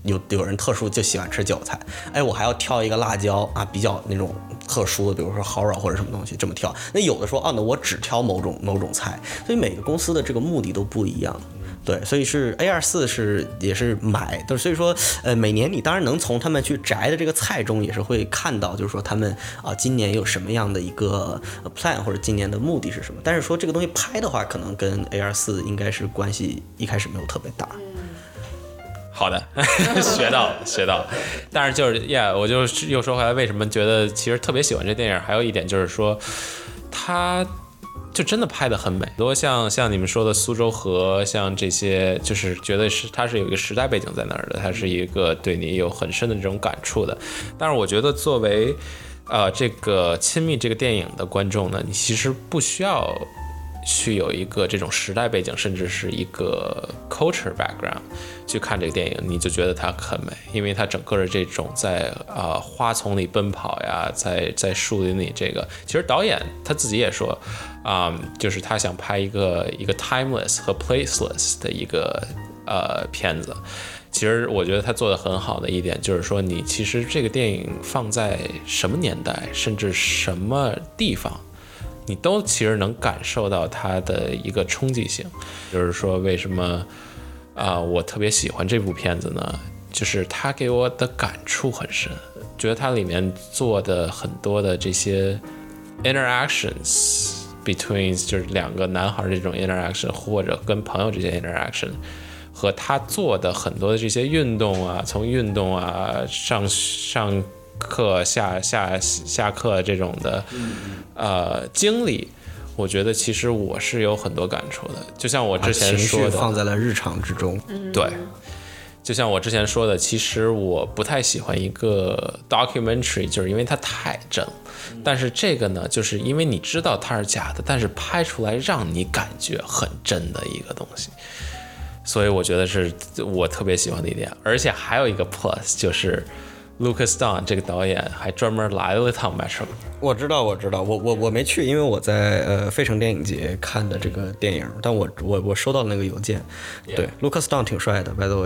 有有人特殊就喜欢吃韭菜，哎，我还要挑一个辣椒啊，比较那种特殊的，比如说蚝软或者什么东西这么挑。那有的说啊，那我只挑某种某种菜，所以每个公司的这个目的都不一样。对，所以是 A 二十四 是也是买，所以说呃每年你当然能从他们去摘的这个菜中也是会看到，就是说他们啊、呃、今年有什么样的一个 plan 或者今年的目的是什么。但是说这个东西拍的话，可能跟 A 二十四 应该是关系一开始没有特别大。 好的，学到了，学到了。但是就是呀， yeah, 我就又说回来，为什么觉得其实特别喜欢这电影？还有一点就是说，它就真的拍得很美，很多像像你们说的苏州河，像这些，就是觉得是它是有一个时代背景在那儿的，它是一个对你有很深的这种感触的。但是我觉得作为呃这个亲密这个电影的观众呢，你其实不需要去有一个这种时代背景，甚至是一个 culture background 去看这个电影，你就觉得它很美，因为它整个的这种在啊、呃、花丛里奔跑呀，在在树林里这个，其实导演他自己也说啊、嗯，就是他想拍一个一个 timeless 和 placeless 的一个呃片子。其实我觉得他做的很好的一点就是说，你其实这个电影放在什么年代，甚至什么地方，你都其实能感受到它的一个冲击性。就是说为什么啊、呃、我特别喜欢这部片子呢，就是它给我的感触很深，觉得它里面做的很多的这些 interactions between 就是两个男孩这种 interaction， 或者跟朋友这些 interaction， 和他做的很多的这些运动啊，从运动啊上上课下下下课这种的呃经历，我觉得其实我是有很多感触的。就像我之前说的， 情绪放在了日常之中。 对，就像我之前说的，其实我不太喜欢一个 documentary， 就是因为它太真。但是这个呢，就是因为你知道它是假的，但是拍出来让你感觉很真的一个东西。所以我觉得是我特别喜欢的一点。而且还有一个 plus 就是 Lucas Don 这个导演还专门来了一趟 Metro。 我知道，我知道，我我我没去，因为我在呃费城电影节看的这个电影，但我我我收到了那个邮件。Yeah. 对 ，Lucas Don 挺帅的 ，by the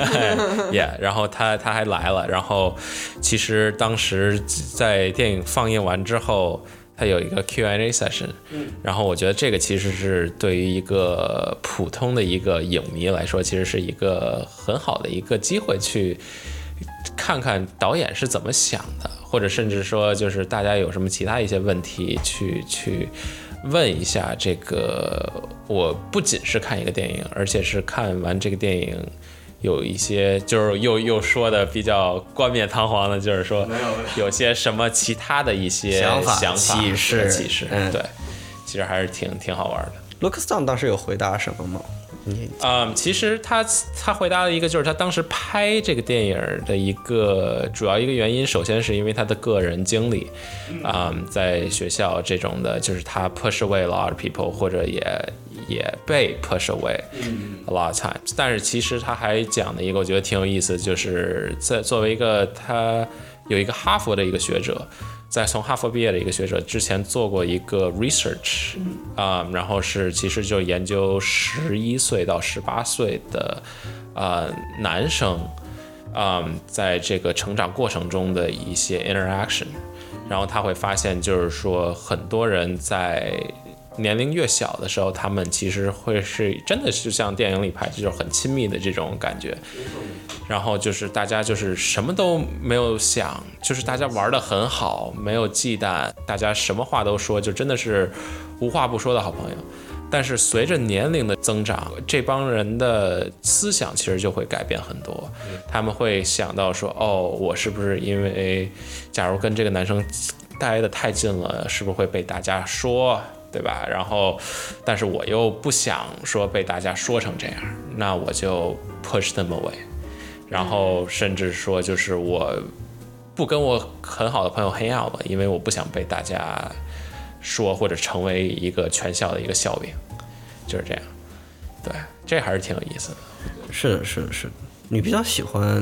way。 yeah， 然后他他还来了，然后其实当时在电影放映完之后，他有一个 Q and A session， 然后我觉得这个其实是对于一个普通的一个影迷来说，其实是一个很好的一个机会去看看导演是怎么想的，或者甚至说就是大家有什么其他一些问题去去问一下。这个我不仅是看一个电影，而且是看完这个电影有一些就是又又说的比较冠冕堂皇的，就是说有些什么其他的一些想法、 想法启示， 启示，嗯，对，其实还是挺挺好玩的。 Lucas Don 当时有回答什么吗？ 嗯，其实他他回答了一个，就是他当时拍这个电影的一个主要一个原因，首先是因为他的个人经历，嗯，在学校这种的，就是他 push away a lot of people， 或者也也被 push away a lot of times。但是其实他还讲的一个，我觉得挺有意思，就是在作为一个他有一个哈佛的一个学者。在从哈佛毕业的一个学者之前做过一个 research 啊、嗯，然后是其实就研究十一岁到十八岁的呃男生啊、嗯，在这个成长过程中的一些 interaction， 然后他会发现就是说很多人在年龄越小的时候，他们其实会是真的是像电影里拍的，就是很亲密的这种感觉。然后就是大家就是什么都没有想，就是大家玩得很好，没有忌惮，大家什么话都说，就真的是无话不说的好朋友。但是随着年龄的增长，这帮人的思想其实就会改变很多。他们会想到说，哦，我是不是因为假如跟这个男生待得太近了，是不是会被大家说，对吧？然后但是我又不想说被大家说成这样，那我就 push them away。然后甚至说就是我不跟我很好的朋友 hang out 了，因为我不想被大家说或者成为一个全校的一个笑柄，就是这样。对，这还是挺有意思的。 是的，是的，是的。你比较喜欢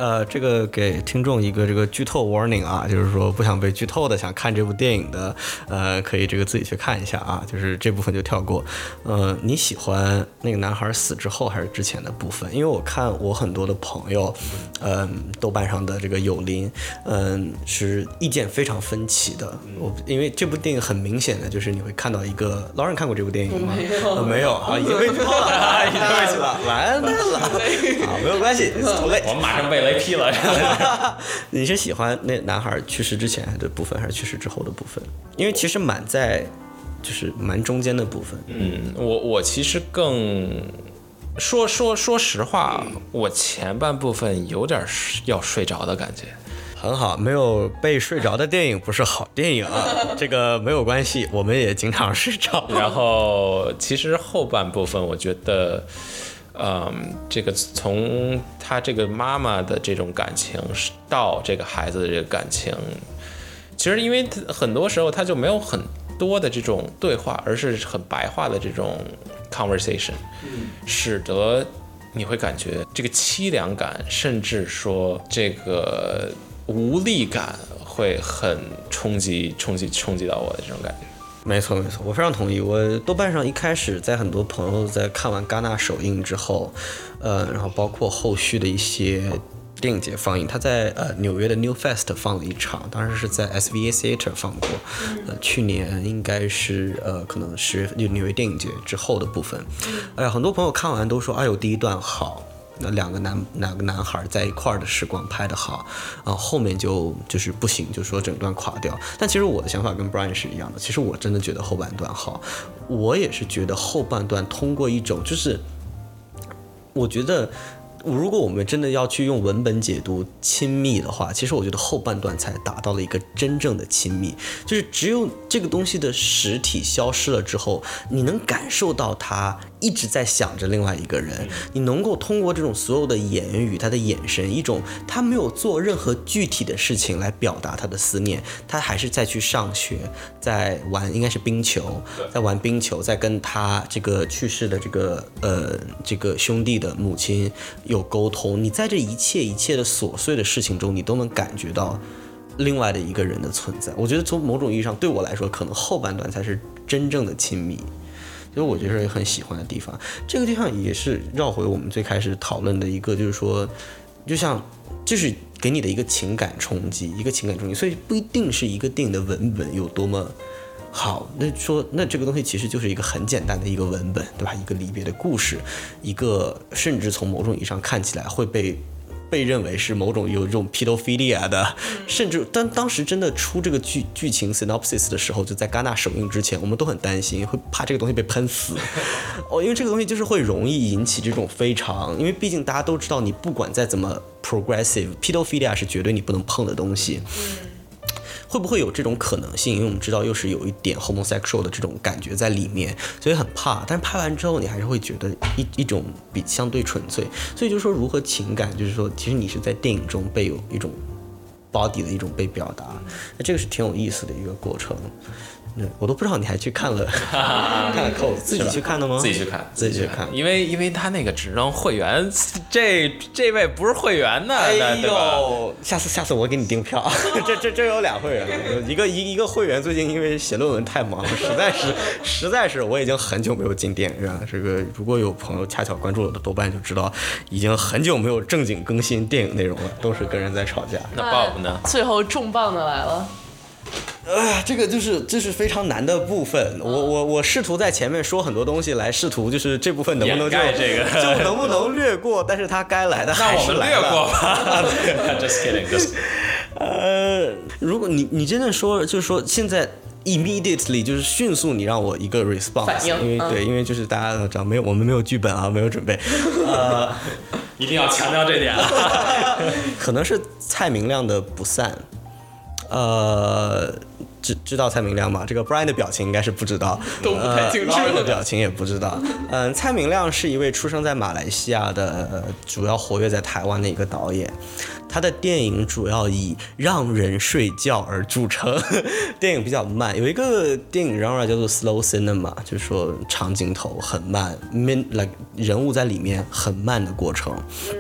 呃，这个给听众一个这个剧透 warning 啊，就是说不想被剧透的，想看这部电影的，呃，可以这个自己去看一下啊，就是这部分就跳过。呃，你喜欢那个男孩死之后还是之前的部分？因为我看我很多的朋友，嗯、呃，豆瓣上的这个友邻，嗯、呃，是意见非常分歧的。我因为这部电影很明显的就是你会看到一个，老人看过这部电影吗？ 没有， 呃、没有啊，已经被剧透了，已经被剧透了，完蛋了，啊，没有关系， 我们马上被雷劈了。 你是喜欢那男孩去世之前的部分，还是去世之后的部分？因为其实蛮在，就是蛮中间的部分。 嗯，我我其实更说说说实话，我前半部分有点要睡着的感觉。 很好，没有被睡着的电影不是好电影啊，这个没有关系，我们也经常睡着。 然后其实后半部分，我觉得。嗯，这个从他这个妈妈的这种感情到这个孩子的这个感情，其实因为很多时候他就没有很多的这种对话，而是很白话的这种 conversation，使得你会感觉这个凄凉感，甚至说这个无力感会很冲击、冲击、冲击到我的这种感觉。 没错没错，我非常同意。我豆瓣上一开始在很多朋友在看完戛纳首映之后，呃，然后包括后续的一些电影节放映，他在呃纽约的 New Fest 放了一场，当时是在 S V A Theater 放过，呃，去年应该是呃可能十月份就纽约电影节之后的部分。哎呀，很多朋友看完都说，哎呦，第一段好。那两个男两个男孩在一块儿的时光拍得好，啊，后面就就是不行，就说整段垮掉。但其实我的想法跟 Brian 是一样的，其实我真的觉得后半段好，我也是觉得后半段通过一种就是，我觉得。如果我们真的要去用文本解读亲密的话，其实我觉得后半段才达到了一个真正的亲密，就是只有这个东西的实体消失了之后，你能感受到他一直在想着另外一个人，你能够通过这种所有的言语，他的眼神，一种他没有做任何具体的事情来表达他的思念，他还是在去上学，在玩应该是冰球，在玩冰球，在跟他这个去世的这个呃这个兄弟的母亲有沟通，你在这一切一切的琐碎的事情中，你都能感觉到另外的一个人的存在。我觉得从某种意义上，对我来说，可能后半段才是真正的亲密，就是我觉得是很喜欢的地方。这个地方也是绕回我们最开始讨论的一个，就是说，就像就是给你的一个情感冲击，一个情感冲击，所以不一定是一个电影的文本有多么。好，那说那这个东西其实就是一个很简单的一个文本，对吧？一个离别的故事，一个甚至从某种意义上看起来会被被认为是某种有这种 pedophilia 的，甚至当当时真的出这个剧剧情 synopsis 的时候，就在戛纳首映之前，我们都很担心，会怕这个东西被喷死。哦，因为这个东西就是会容易引起这种非常，因为毕竟大家都知道，你不管再怎么 progressive，pedophilia 是绝对你不能碰的东西。会不会有这种可能性？因为我们知道又是有一点 homosexual 的这种感觉在里面，所以很怕。但是拍完之后，你还是会觉得一一种比相对纯粹。所以就是说，如何情感，就是说，其实你是在电影中被有一种 body 的一种被表达，那这个是挺有意思的一个过程。嗯，我都不知道你还去看了看了扣，自己去看的吗？ 自己去看， 自己去看， 因为因为他那个只能会员，这这位不是会员呢， 哎对吧？ 呦，下次下次我给你订票，这这这有俩会员，一个一一个会员最近因为写论文太忙，实在是实在是我已经很久没有进电影院了。这个如果有朋友恰巧关注我的豆瓣就知道，已经很久没有正经更新电影内容了，都是跟人在吵架。 那 Bob 呢？ 最后重磅的来了。 呃，这个就是这是非常难的部分。我我我试图在前面说很多东西来试图，就是这部分能不能就这个就能不能略过？但是它该来的还是来了。 那我们略过吧。Just kidding. Just. 呃，如果你你真的说，就是说现在 immediately 就是迅速，你让我一个 response，因为、嗯、对，因为就是大家都知道没有我们没有剧本啊，没有准备，呃， 一定要强调这点啊。 可能是蔡明亮的不散。呃，知知道蔡明亮吗？这个 Brian 的表情应该是不知道， 都不太清楚。 呃、的表情也不知道。嗯、呃，蔡明亮是一位出生在马来西亚的，呃、主要活跃在台湾的一个导演。他的电影主要以让人睡觉而著称，电影比较慢。有一个电影 genre 叫做 slow cinema， 就是说长镜头很慢 ，min like 人物在里面很慢的过程。比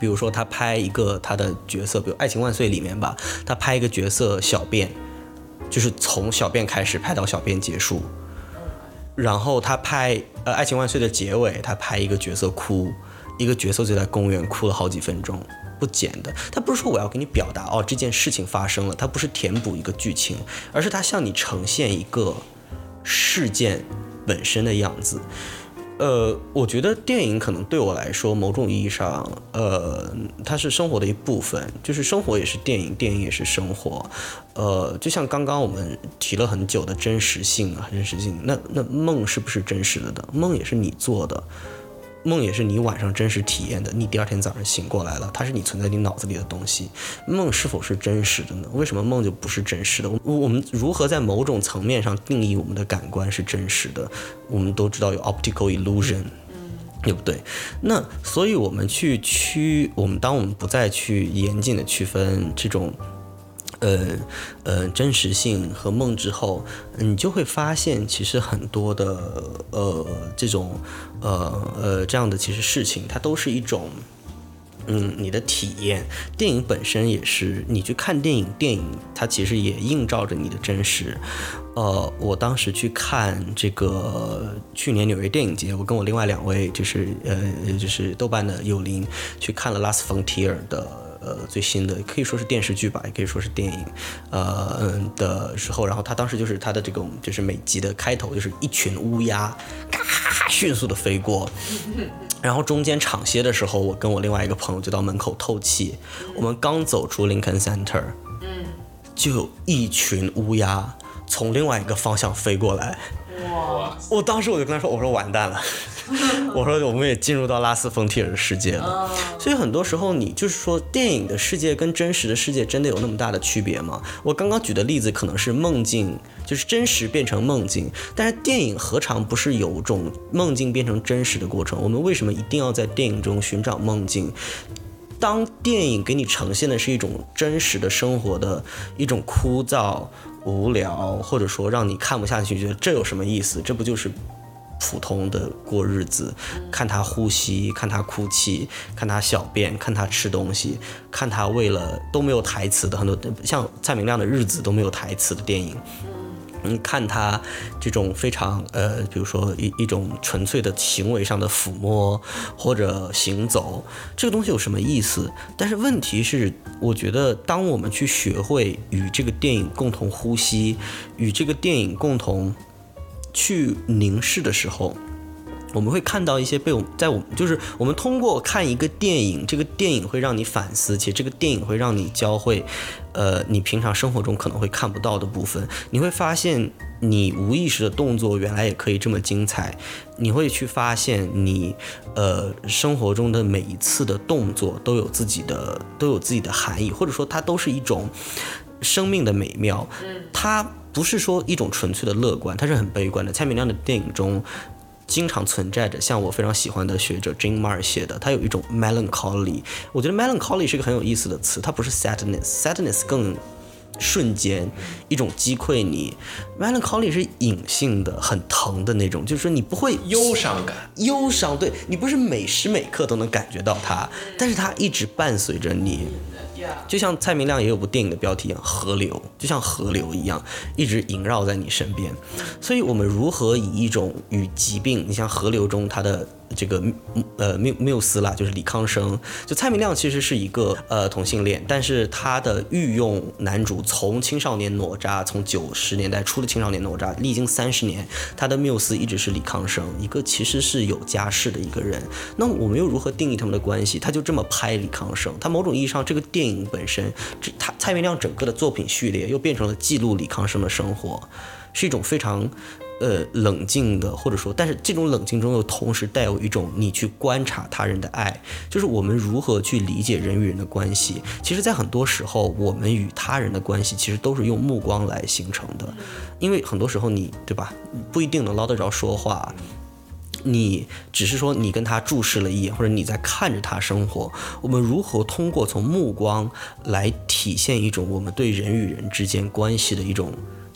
比如说他拍一个他的角色，比如《爱情万岁》里面吧，他拍一个角色小便，就是从小便开始拍到小便结束。然后他拍呃《爱情万岁》的结尾，他拍一个角色哭，一个角色就在公园哭了好几分钟，不剪的。他不是说我要给你表达哦这件事情发生了，他不是填补一个剧情，而是他向你呈现一个事件本身的样子。呃，我觉得电影可能对我来说，某种意义上，呃，它是生活的一部分，就是生活也是电影，电影也是生活。呃，就像刚刚我们提了很久的真实性啊，真实性，那那梦是不是真实的的？梦也是你做的。梦也是你晚上真实体验的，你第二天早上醒过来了，它是你存在你脑子里的东西。梦是否是真实的呢？为什么梦就不是真实的？我们如何在某种层面上定义我们的感官是真实的？我们都知道有 optical illusion， 对不对？那所以我们去区，我们当我们不再去严谨的区分这种呃呃真实性和梦之后，你就会发现其实很多的呃这种呃呃这样的其实事情，它都是一种嗯你的体验。电影本身也是，你去看电影，电影它其实也映照着你的真实。呃，我当时去看这个去年纽约电影节，我跟我另外两位就是呃就是豆瓣的友邻去看了《Last Frontier》的。呃，最新的可以说是电视剧吧，也可以说是电影，呃嗯的时候，然后他当时就是他的这种就是每集的开头就是一群乌鸦，咔迅速的飞过，然后中间场歇的时候，我跟我另外一个朋友就到门口透气，我们刚走出 Lincoln Center， 嗯，就有一群乌鸦从另外一个方向飞过来，哇！我当时我就跟他说，我说完蛋了。我说我们也进入到拉斯冯提尔的世界了，所以很多时候你就是说电影的世界跟真实的世界真的有那么大的区别吗？我刚刚举的例子可能是梦境，就是真实变成梦境，但是电影何尝不是有种梦境变成真实的过程？我们为什么一定要在电影中寻找梦境？当电影给你呈现的是一种真实的生活的一种枯燥无聊，或者说让你看不下去，觉得这有什么意思？这不就是普通的过日子，看他呼吸，看他哭泣，看他小便，看他吃东西，看他为了都没有台词的很多，像蔡明亮的日子都没有台词的电影，嗯，看他这种非常呃，比如说一一种纯粹的行为上的抚摸或者行走，这个东西有什么意思？但是问题是，我觉得当我们去学会与这个电影共同呼吸，与这个电影共同去凝视的时候，我们会看到一些被我们在我们就是我们通过看一个电影，这个电影会让你反思，且这个电影会让你教会呃你平常生活中可能会看不到的部分。你会发现你无意识的动作原来也可以这么精彩，你会去发现你呃生活中的每一次的动作都有自己的都有自己的含义，或者说它都是一种生命的美妙。它不是说一种纯粹的乐观，它是很悲观的。蔡明亮的电影中经常存在着像我非常喜欢的学者 Jane Mar 写的，它有一种 melancholy。 我觉得 melancholy 是一个很有意思的词，它不是 sadness， sadness 更瞬间一种击溃你， melancholy 是隐性的很疼的那种，就是说你不会忧伤感， 忧伤，对，你不是每时每刻都能感觉到它，但是它一直伴随着你。就像蔡明亮也有部电影的标题一样，河流，就像河流一样一直萦绕在你身边。所以我们如何以一种与疾病，你像河流中它的这个呃缪缪斯啦，就是李康生，就蔡明亮其实是一个呃同性恋，但是他的御用男主从青少年哪吒，从九十年代初的青少年哪吒，历经三十年，他的缪斯一直是李康生，一个其实是有家室的一个人。那我们又如何定义他们的关系？他就这么拍李康生，他某种意义上这个电影本身，他蔡明亮整个的作品序列又变成了记录李康生的生活，是一种非常呃冷静的，或者说，但是这种冷静中又同时带有一种你去观察他人的爱，就是我们如何去理解人与人的关系。其实在很多时候我们与他人的关系其实都是用目光来形成的，因为很多时候你对吧不一定能捞得着说话，你只是说你跟他注视了一眼，或者你在看着他生活。我们如何通过从目光来体现一种我们对人与人之间关系的一种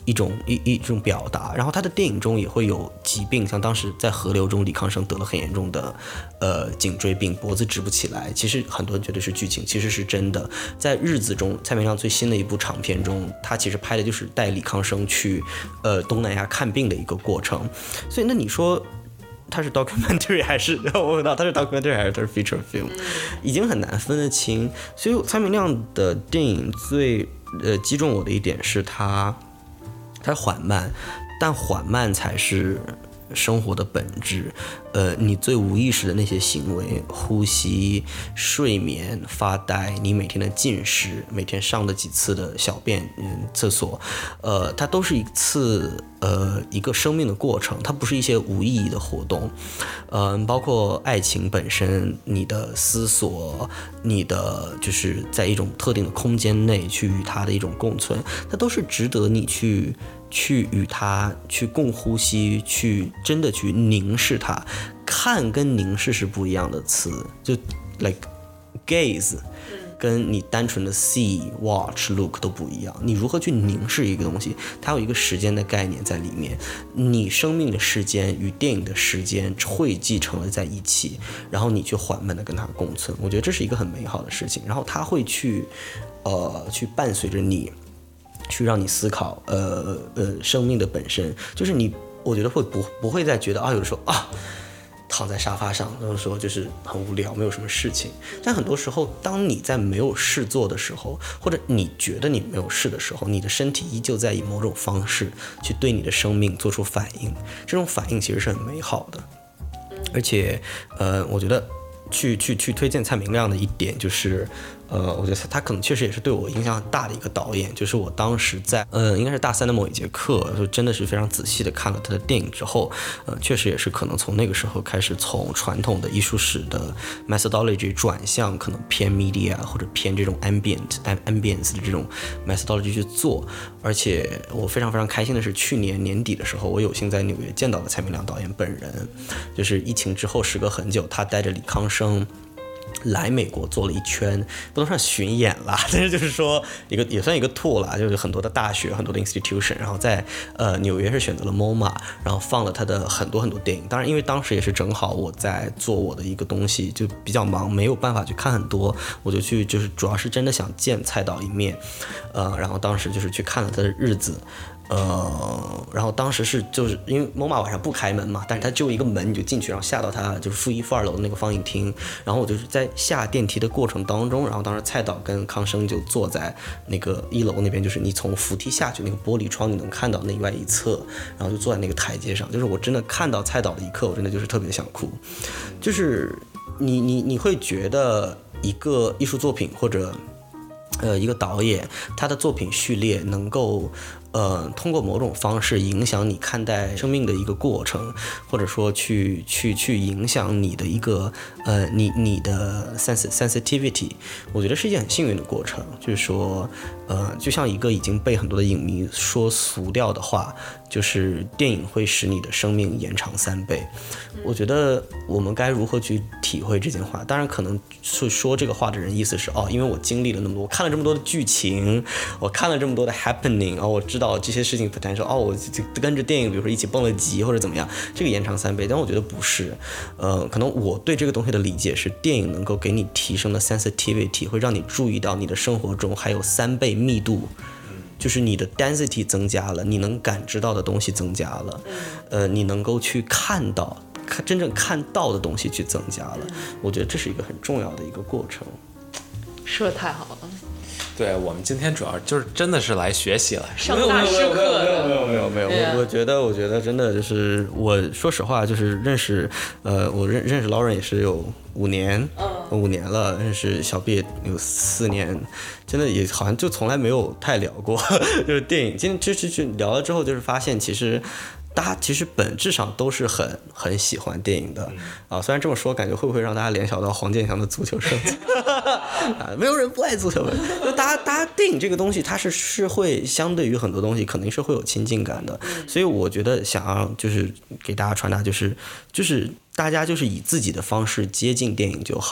一种一一种表达。然后他的电影中也会有疾病，像当时在河流中李康生得了很严重的呃颈椎病，脖子直不起来。其实很多人觉得是剧情，其实是真的。在日子中，蔡明亮最新的一部长片中，他其实拍的就是带李康生去呃东南亚看病的一个过程。所以那你说它是 documentary 还是我问到它是 documentary 还是它是 feature film， 已经很难分得清。所以蔡明亮的电影最呃击中我的一点是它它缓慢，但缓慢才是生活的本质。呃，你最无意识的那些行为，呼吸、睡眠、发呆，你每天的进食，每天上的几次的小便、嗯，厕所，呃，它都是一次呃一个生命的过程，它不是一些无意义的活动。嗯、呃，包括爱情本身，你的思索，你的就是在一种特定的空间内去与它的一种共存，它都是值得你去。去与它去共呼吸，去真的去凝视它。看跟凝视是不一样的词，就 like gaze 跟你单纯的 see watch look 都不一样。你如何去凝视一个东西，它有一个时间的概念在里面，你生命的时间与电影的时间汇集成了在一起，然后你去缓慢的跟它共存。我觉得这是一个很美好的事情，然后它会去呃去伴随着你，去让你思考，呃呃，生命的本身，就是你，我觉得会不不会再觉得啊，有的时候啊，躺在沙发上，有的时候就是很无聊，没有什么事情。但很多时候，当你在没有事做的时候，或者你觉得你没有事的时候，你的身体依旧在以某种方式去对你的生命做出反应。这种反应其实是很美好的，而且，呃，我觉得去去去推荐蔡明亮的一点就是。呃，我觉得他可能确实也是对我影响很大的一个导演，就是我当时在呃应该是大三的某一节课，就真的是非常仔细的看了他的电影之后，呃，确实也是可能从那个时候开始，从传统的艺术史的 methodology 转向可能偏 media 或者偏这种 ambient ambience 的这种 methodology 去做。而且我非常非常开心的是，去年年底的时候，我有幸在纽约见到了蔡明亮导演本人，就是疫情之后时隔很久，他带着李康生来美国做了一圈，不能算巡演啦，但是就是说一个也算一个 tour 啦，就是很多的大学，很多的 institution， 然后在呃纽约是选择了 MoMA， 然后放了他的很多很多电影。当然，因为当时也是正好我在做我的一个东西，就比较忙，没有办法去看很多，我就去就是主要是真的想见蔡导一面，呃，然后当时就是去看了他的日子。呃，然后当时是就是因为 MoMA 晚上不开门嘛，但是它只有一个门，你就进去，然后下到它就是负一负二楼的那个放映厅。然后我就是在下电梯的过程当中，然后当时蔡导跟康生就坐在那个一楼那边，就是你从扶梯下去那个玻璃窗你能看到内外一侧，然后就坐在那个台阶上。就是我真的看到蔡导的一刻，我真的就是特别想哭。就是你你你会觉得一个艺术作品或者呃一个导演他的作品序列能够。呃，通过某种方式影响你看待生命的一个过程，或者说去去去影响你的一个呃你你的 sens sensitivity， 我觉得是一件很幸运的过程。就是说，呃，就像一个已经被很多的影迷说俗掉的话，就是电影会使你的生命延长三倍。我觉得我们该如何去体会这件话？当然，可能是说这个话的人意思是哦，因为我经历了那么多，我看了这么多的剧情，我看了这么多的 happening， 哦，我知道这些事情 potential， 哦，我跟着电影，比如说一起蹦了极或者怎么样，这个延长三倍。但我觉得不是，呃，可能我对这个东西的理解是，电影能够给你提升的 sensitivity， 会让你注意到你的生活中还有三倍密度。就是你的 density 增加了，你能感知到的东西增加了，呃，你能够去看到，看真正看到的东西去增加了。我觉得这是一个很重要的一个过程。 说的太好了。 对，我们今天主要就是真的是来学习了， 上大师课的。 没有没有没有没有，我我觉得我觉得真的就是我说实话，就是认识呃我认认识 Lauren 也是有五年，五年了，认识小毕有四年，真的也好像就从来没有太聊过，就是电影。今天就就就聊了之后，就是发现其实。大家其实本质上都是很很喜欢电影的啊，虽然这么说，感觉会不会让大家联想到黄健翔的足球设计啊？没有人不爱足球，就大家大家电影这个东西，它是是会相对于很多东西，肯定是会有亲近感的。所以我觉得想要就是给大家传达，就是就是大家就是以自己的方式接近电影就好。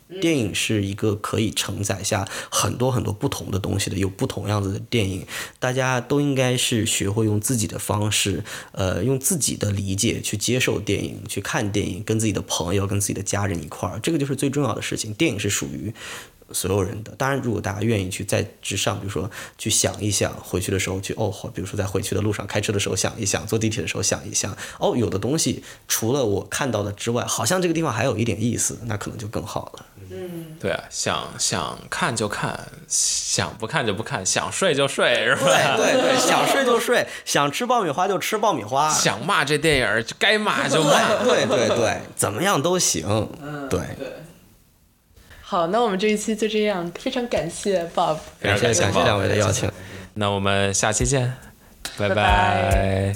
电影是一个可以承载下很多很多不同的东西的，有不同样子的电影，大家都应该是学会用自己的方式，呃，用自己的理解去接受电影，去看电影，跟自己的朋友、跟自己的家人一块儿，这个就是最重要的事情。电影是属于所有人的，当然，如果大家愿意去在之上，比如说去想一想，回去的时候去哦，比如说在回去的路上开车的时候想一想，坐地铁的时候想一想，哦，有的东西除了我看到的之外，好像这个地方还有一点意思，那可能就更好了。 嗯，对啊，想想看就看，想不看就不看，想睡就睡，是吧？ 对对对，想睡就睡，想吃爆米花就吃爆米花， 想骂这电影该骂就骂， 对对对，怎么样都行。嗯，对。 好，那我们这一期就这样，非常感谢 Bob， 非常感谢感谢两位的邀请， 那我们下期见，拜拜拜。 拜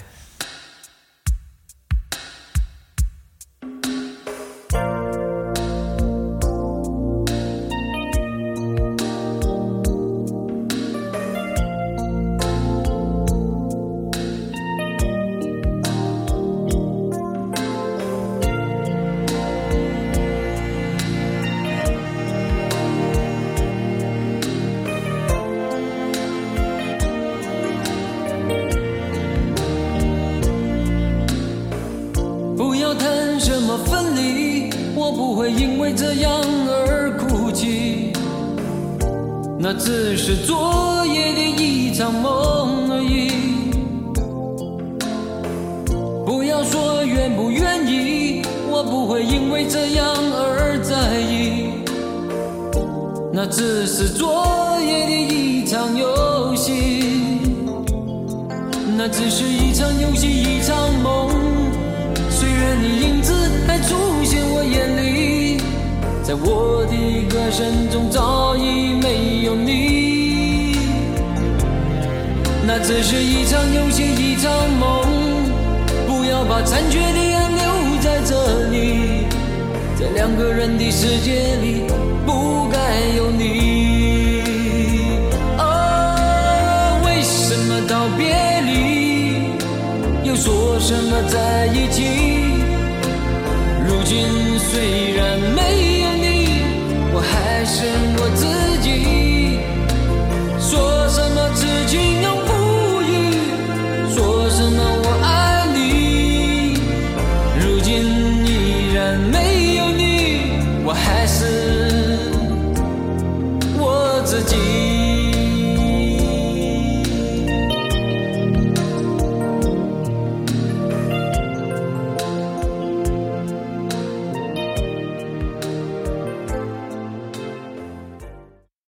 那只是昨夜的一场梦而已。不要说愿不愿意，我不会因为这样而在意。那只是昨夜的一场游戏，那只是一场游戏，一场梦。虽然你影子还出现我眼里，在我的歌声中早已没有你。那只是一场游戏，一场梦，不要把残缺的爱留在这里，在两个人的世界里不该有你。哦，为什么道别离又说什么在一起？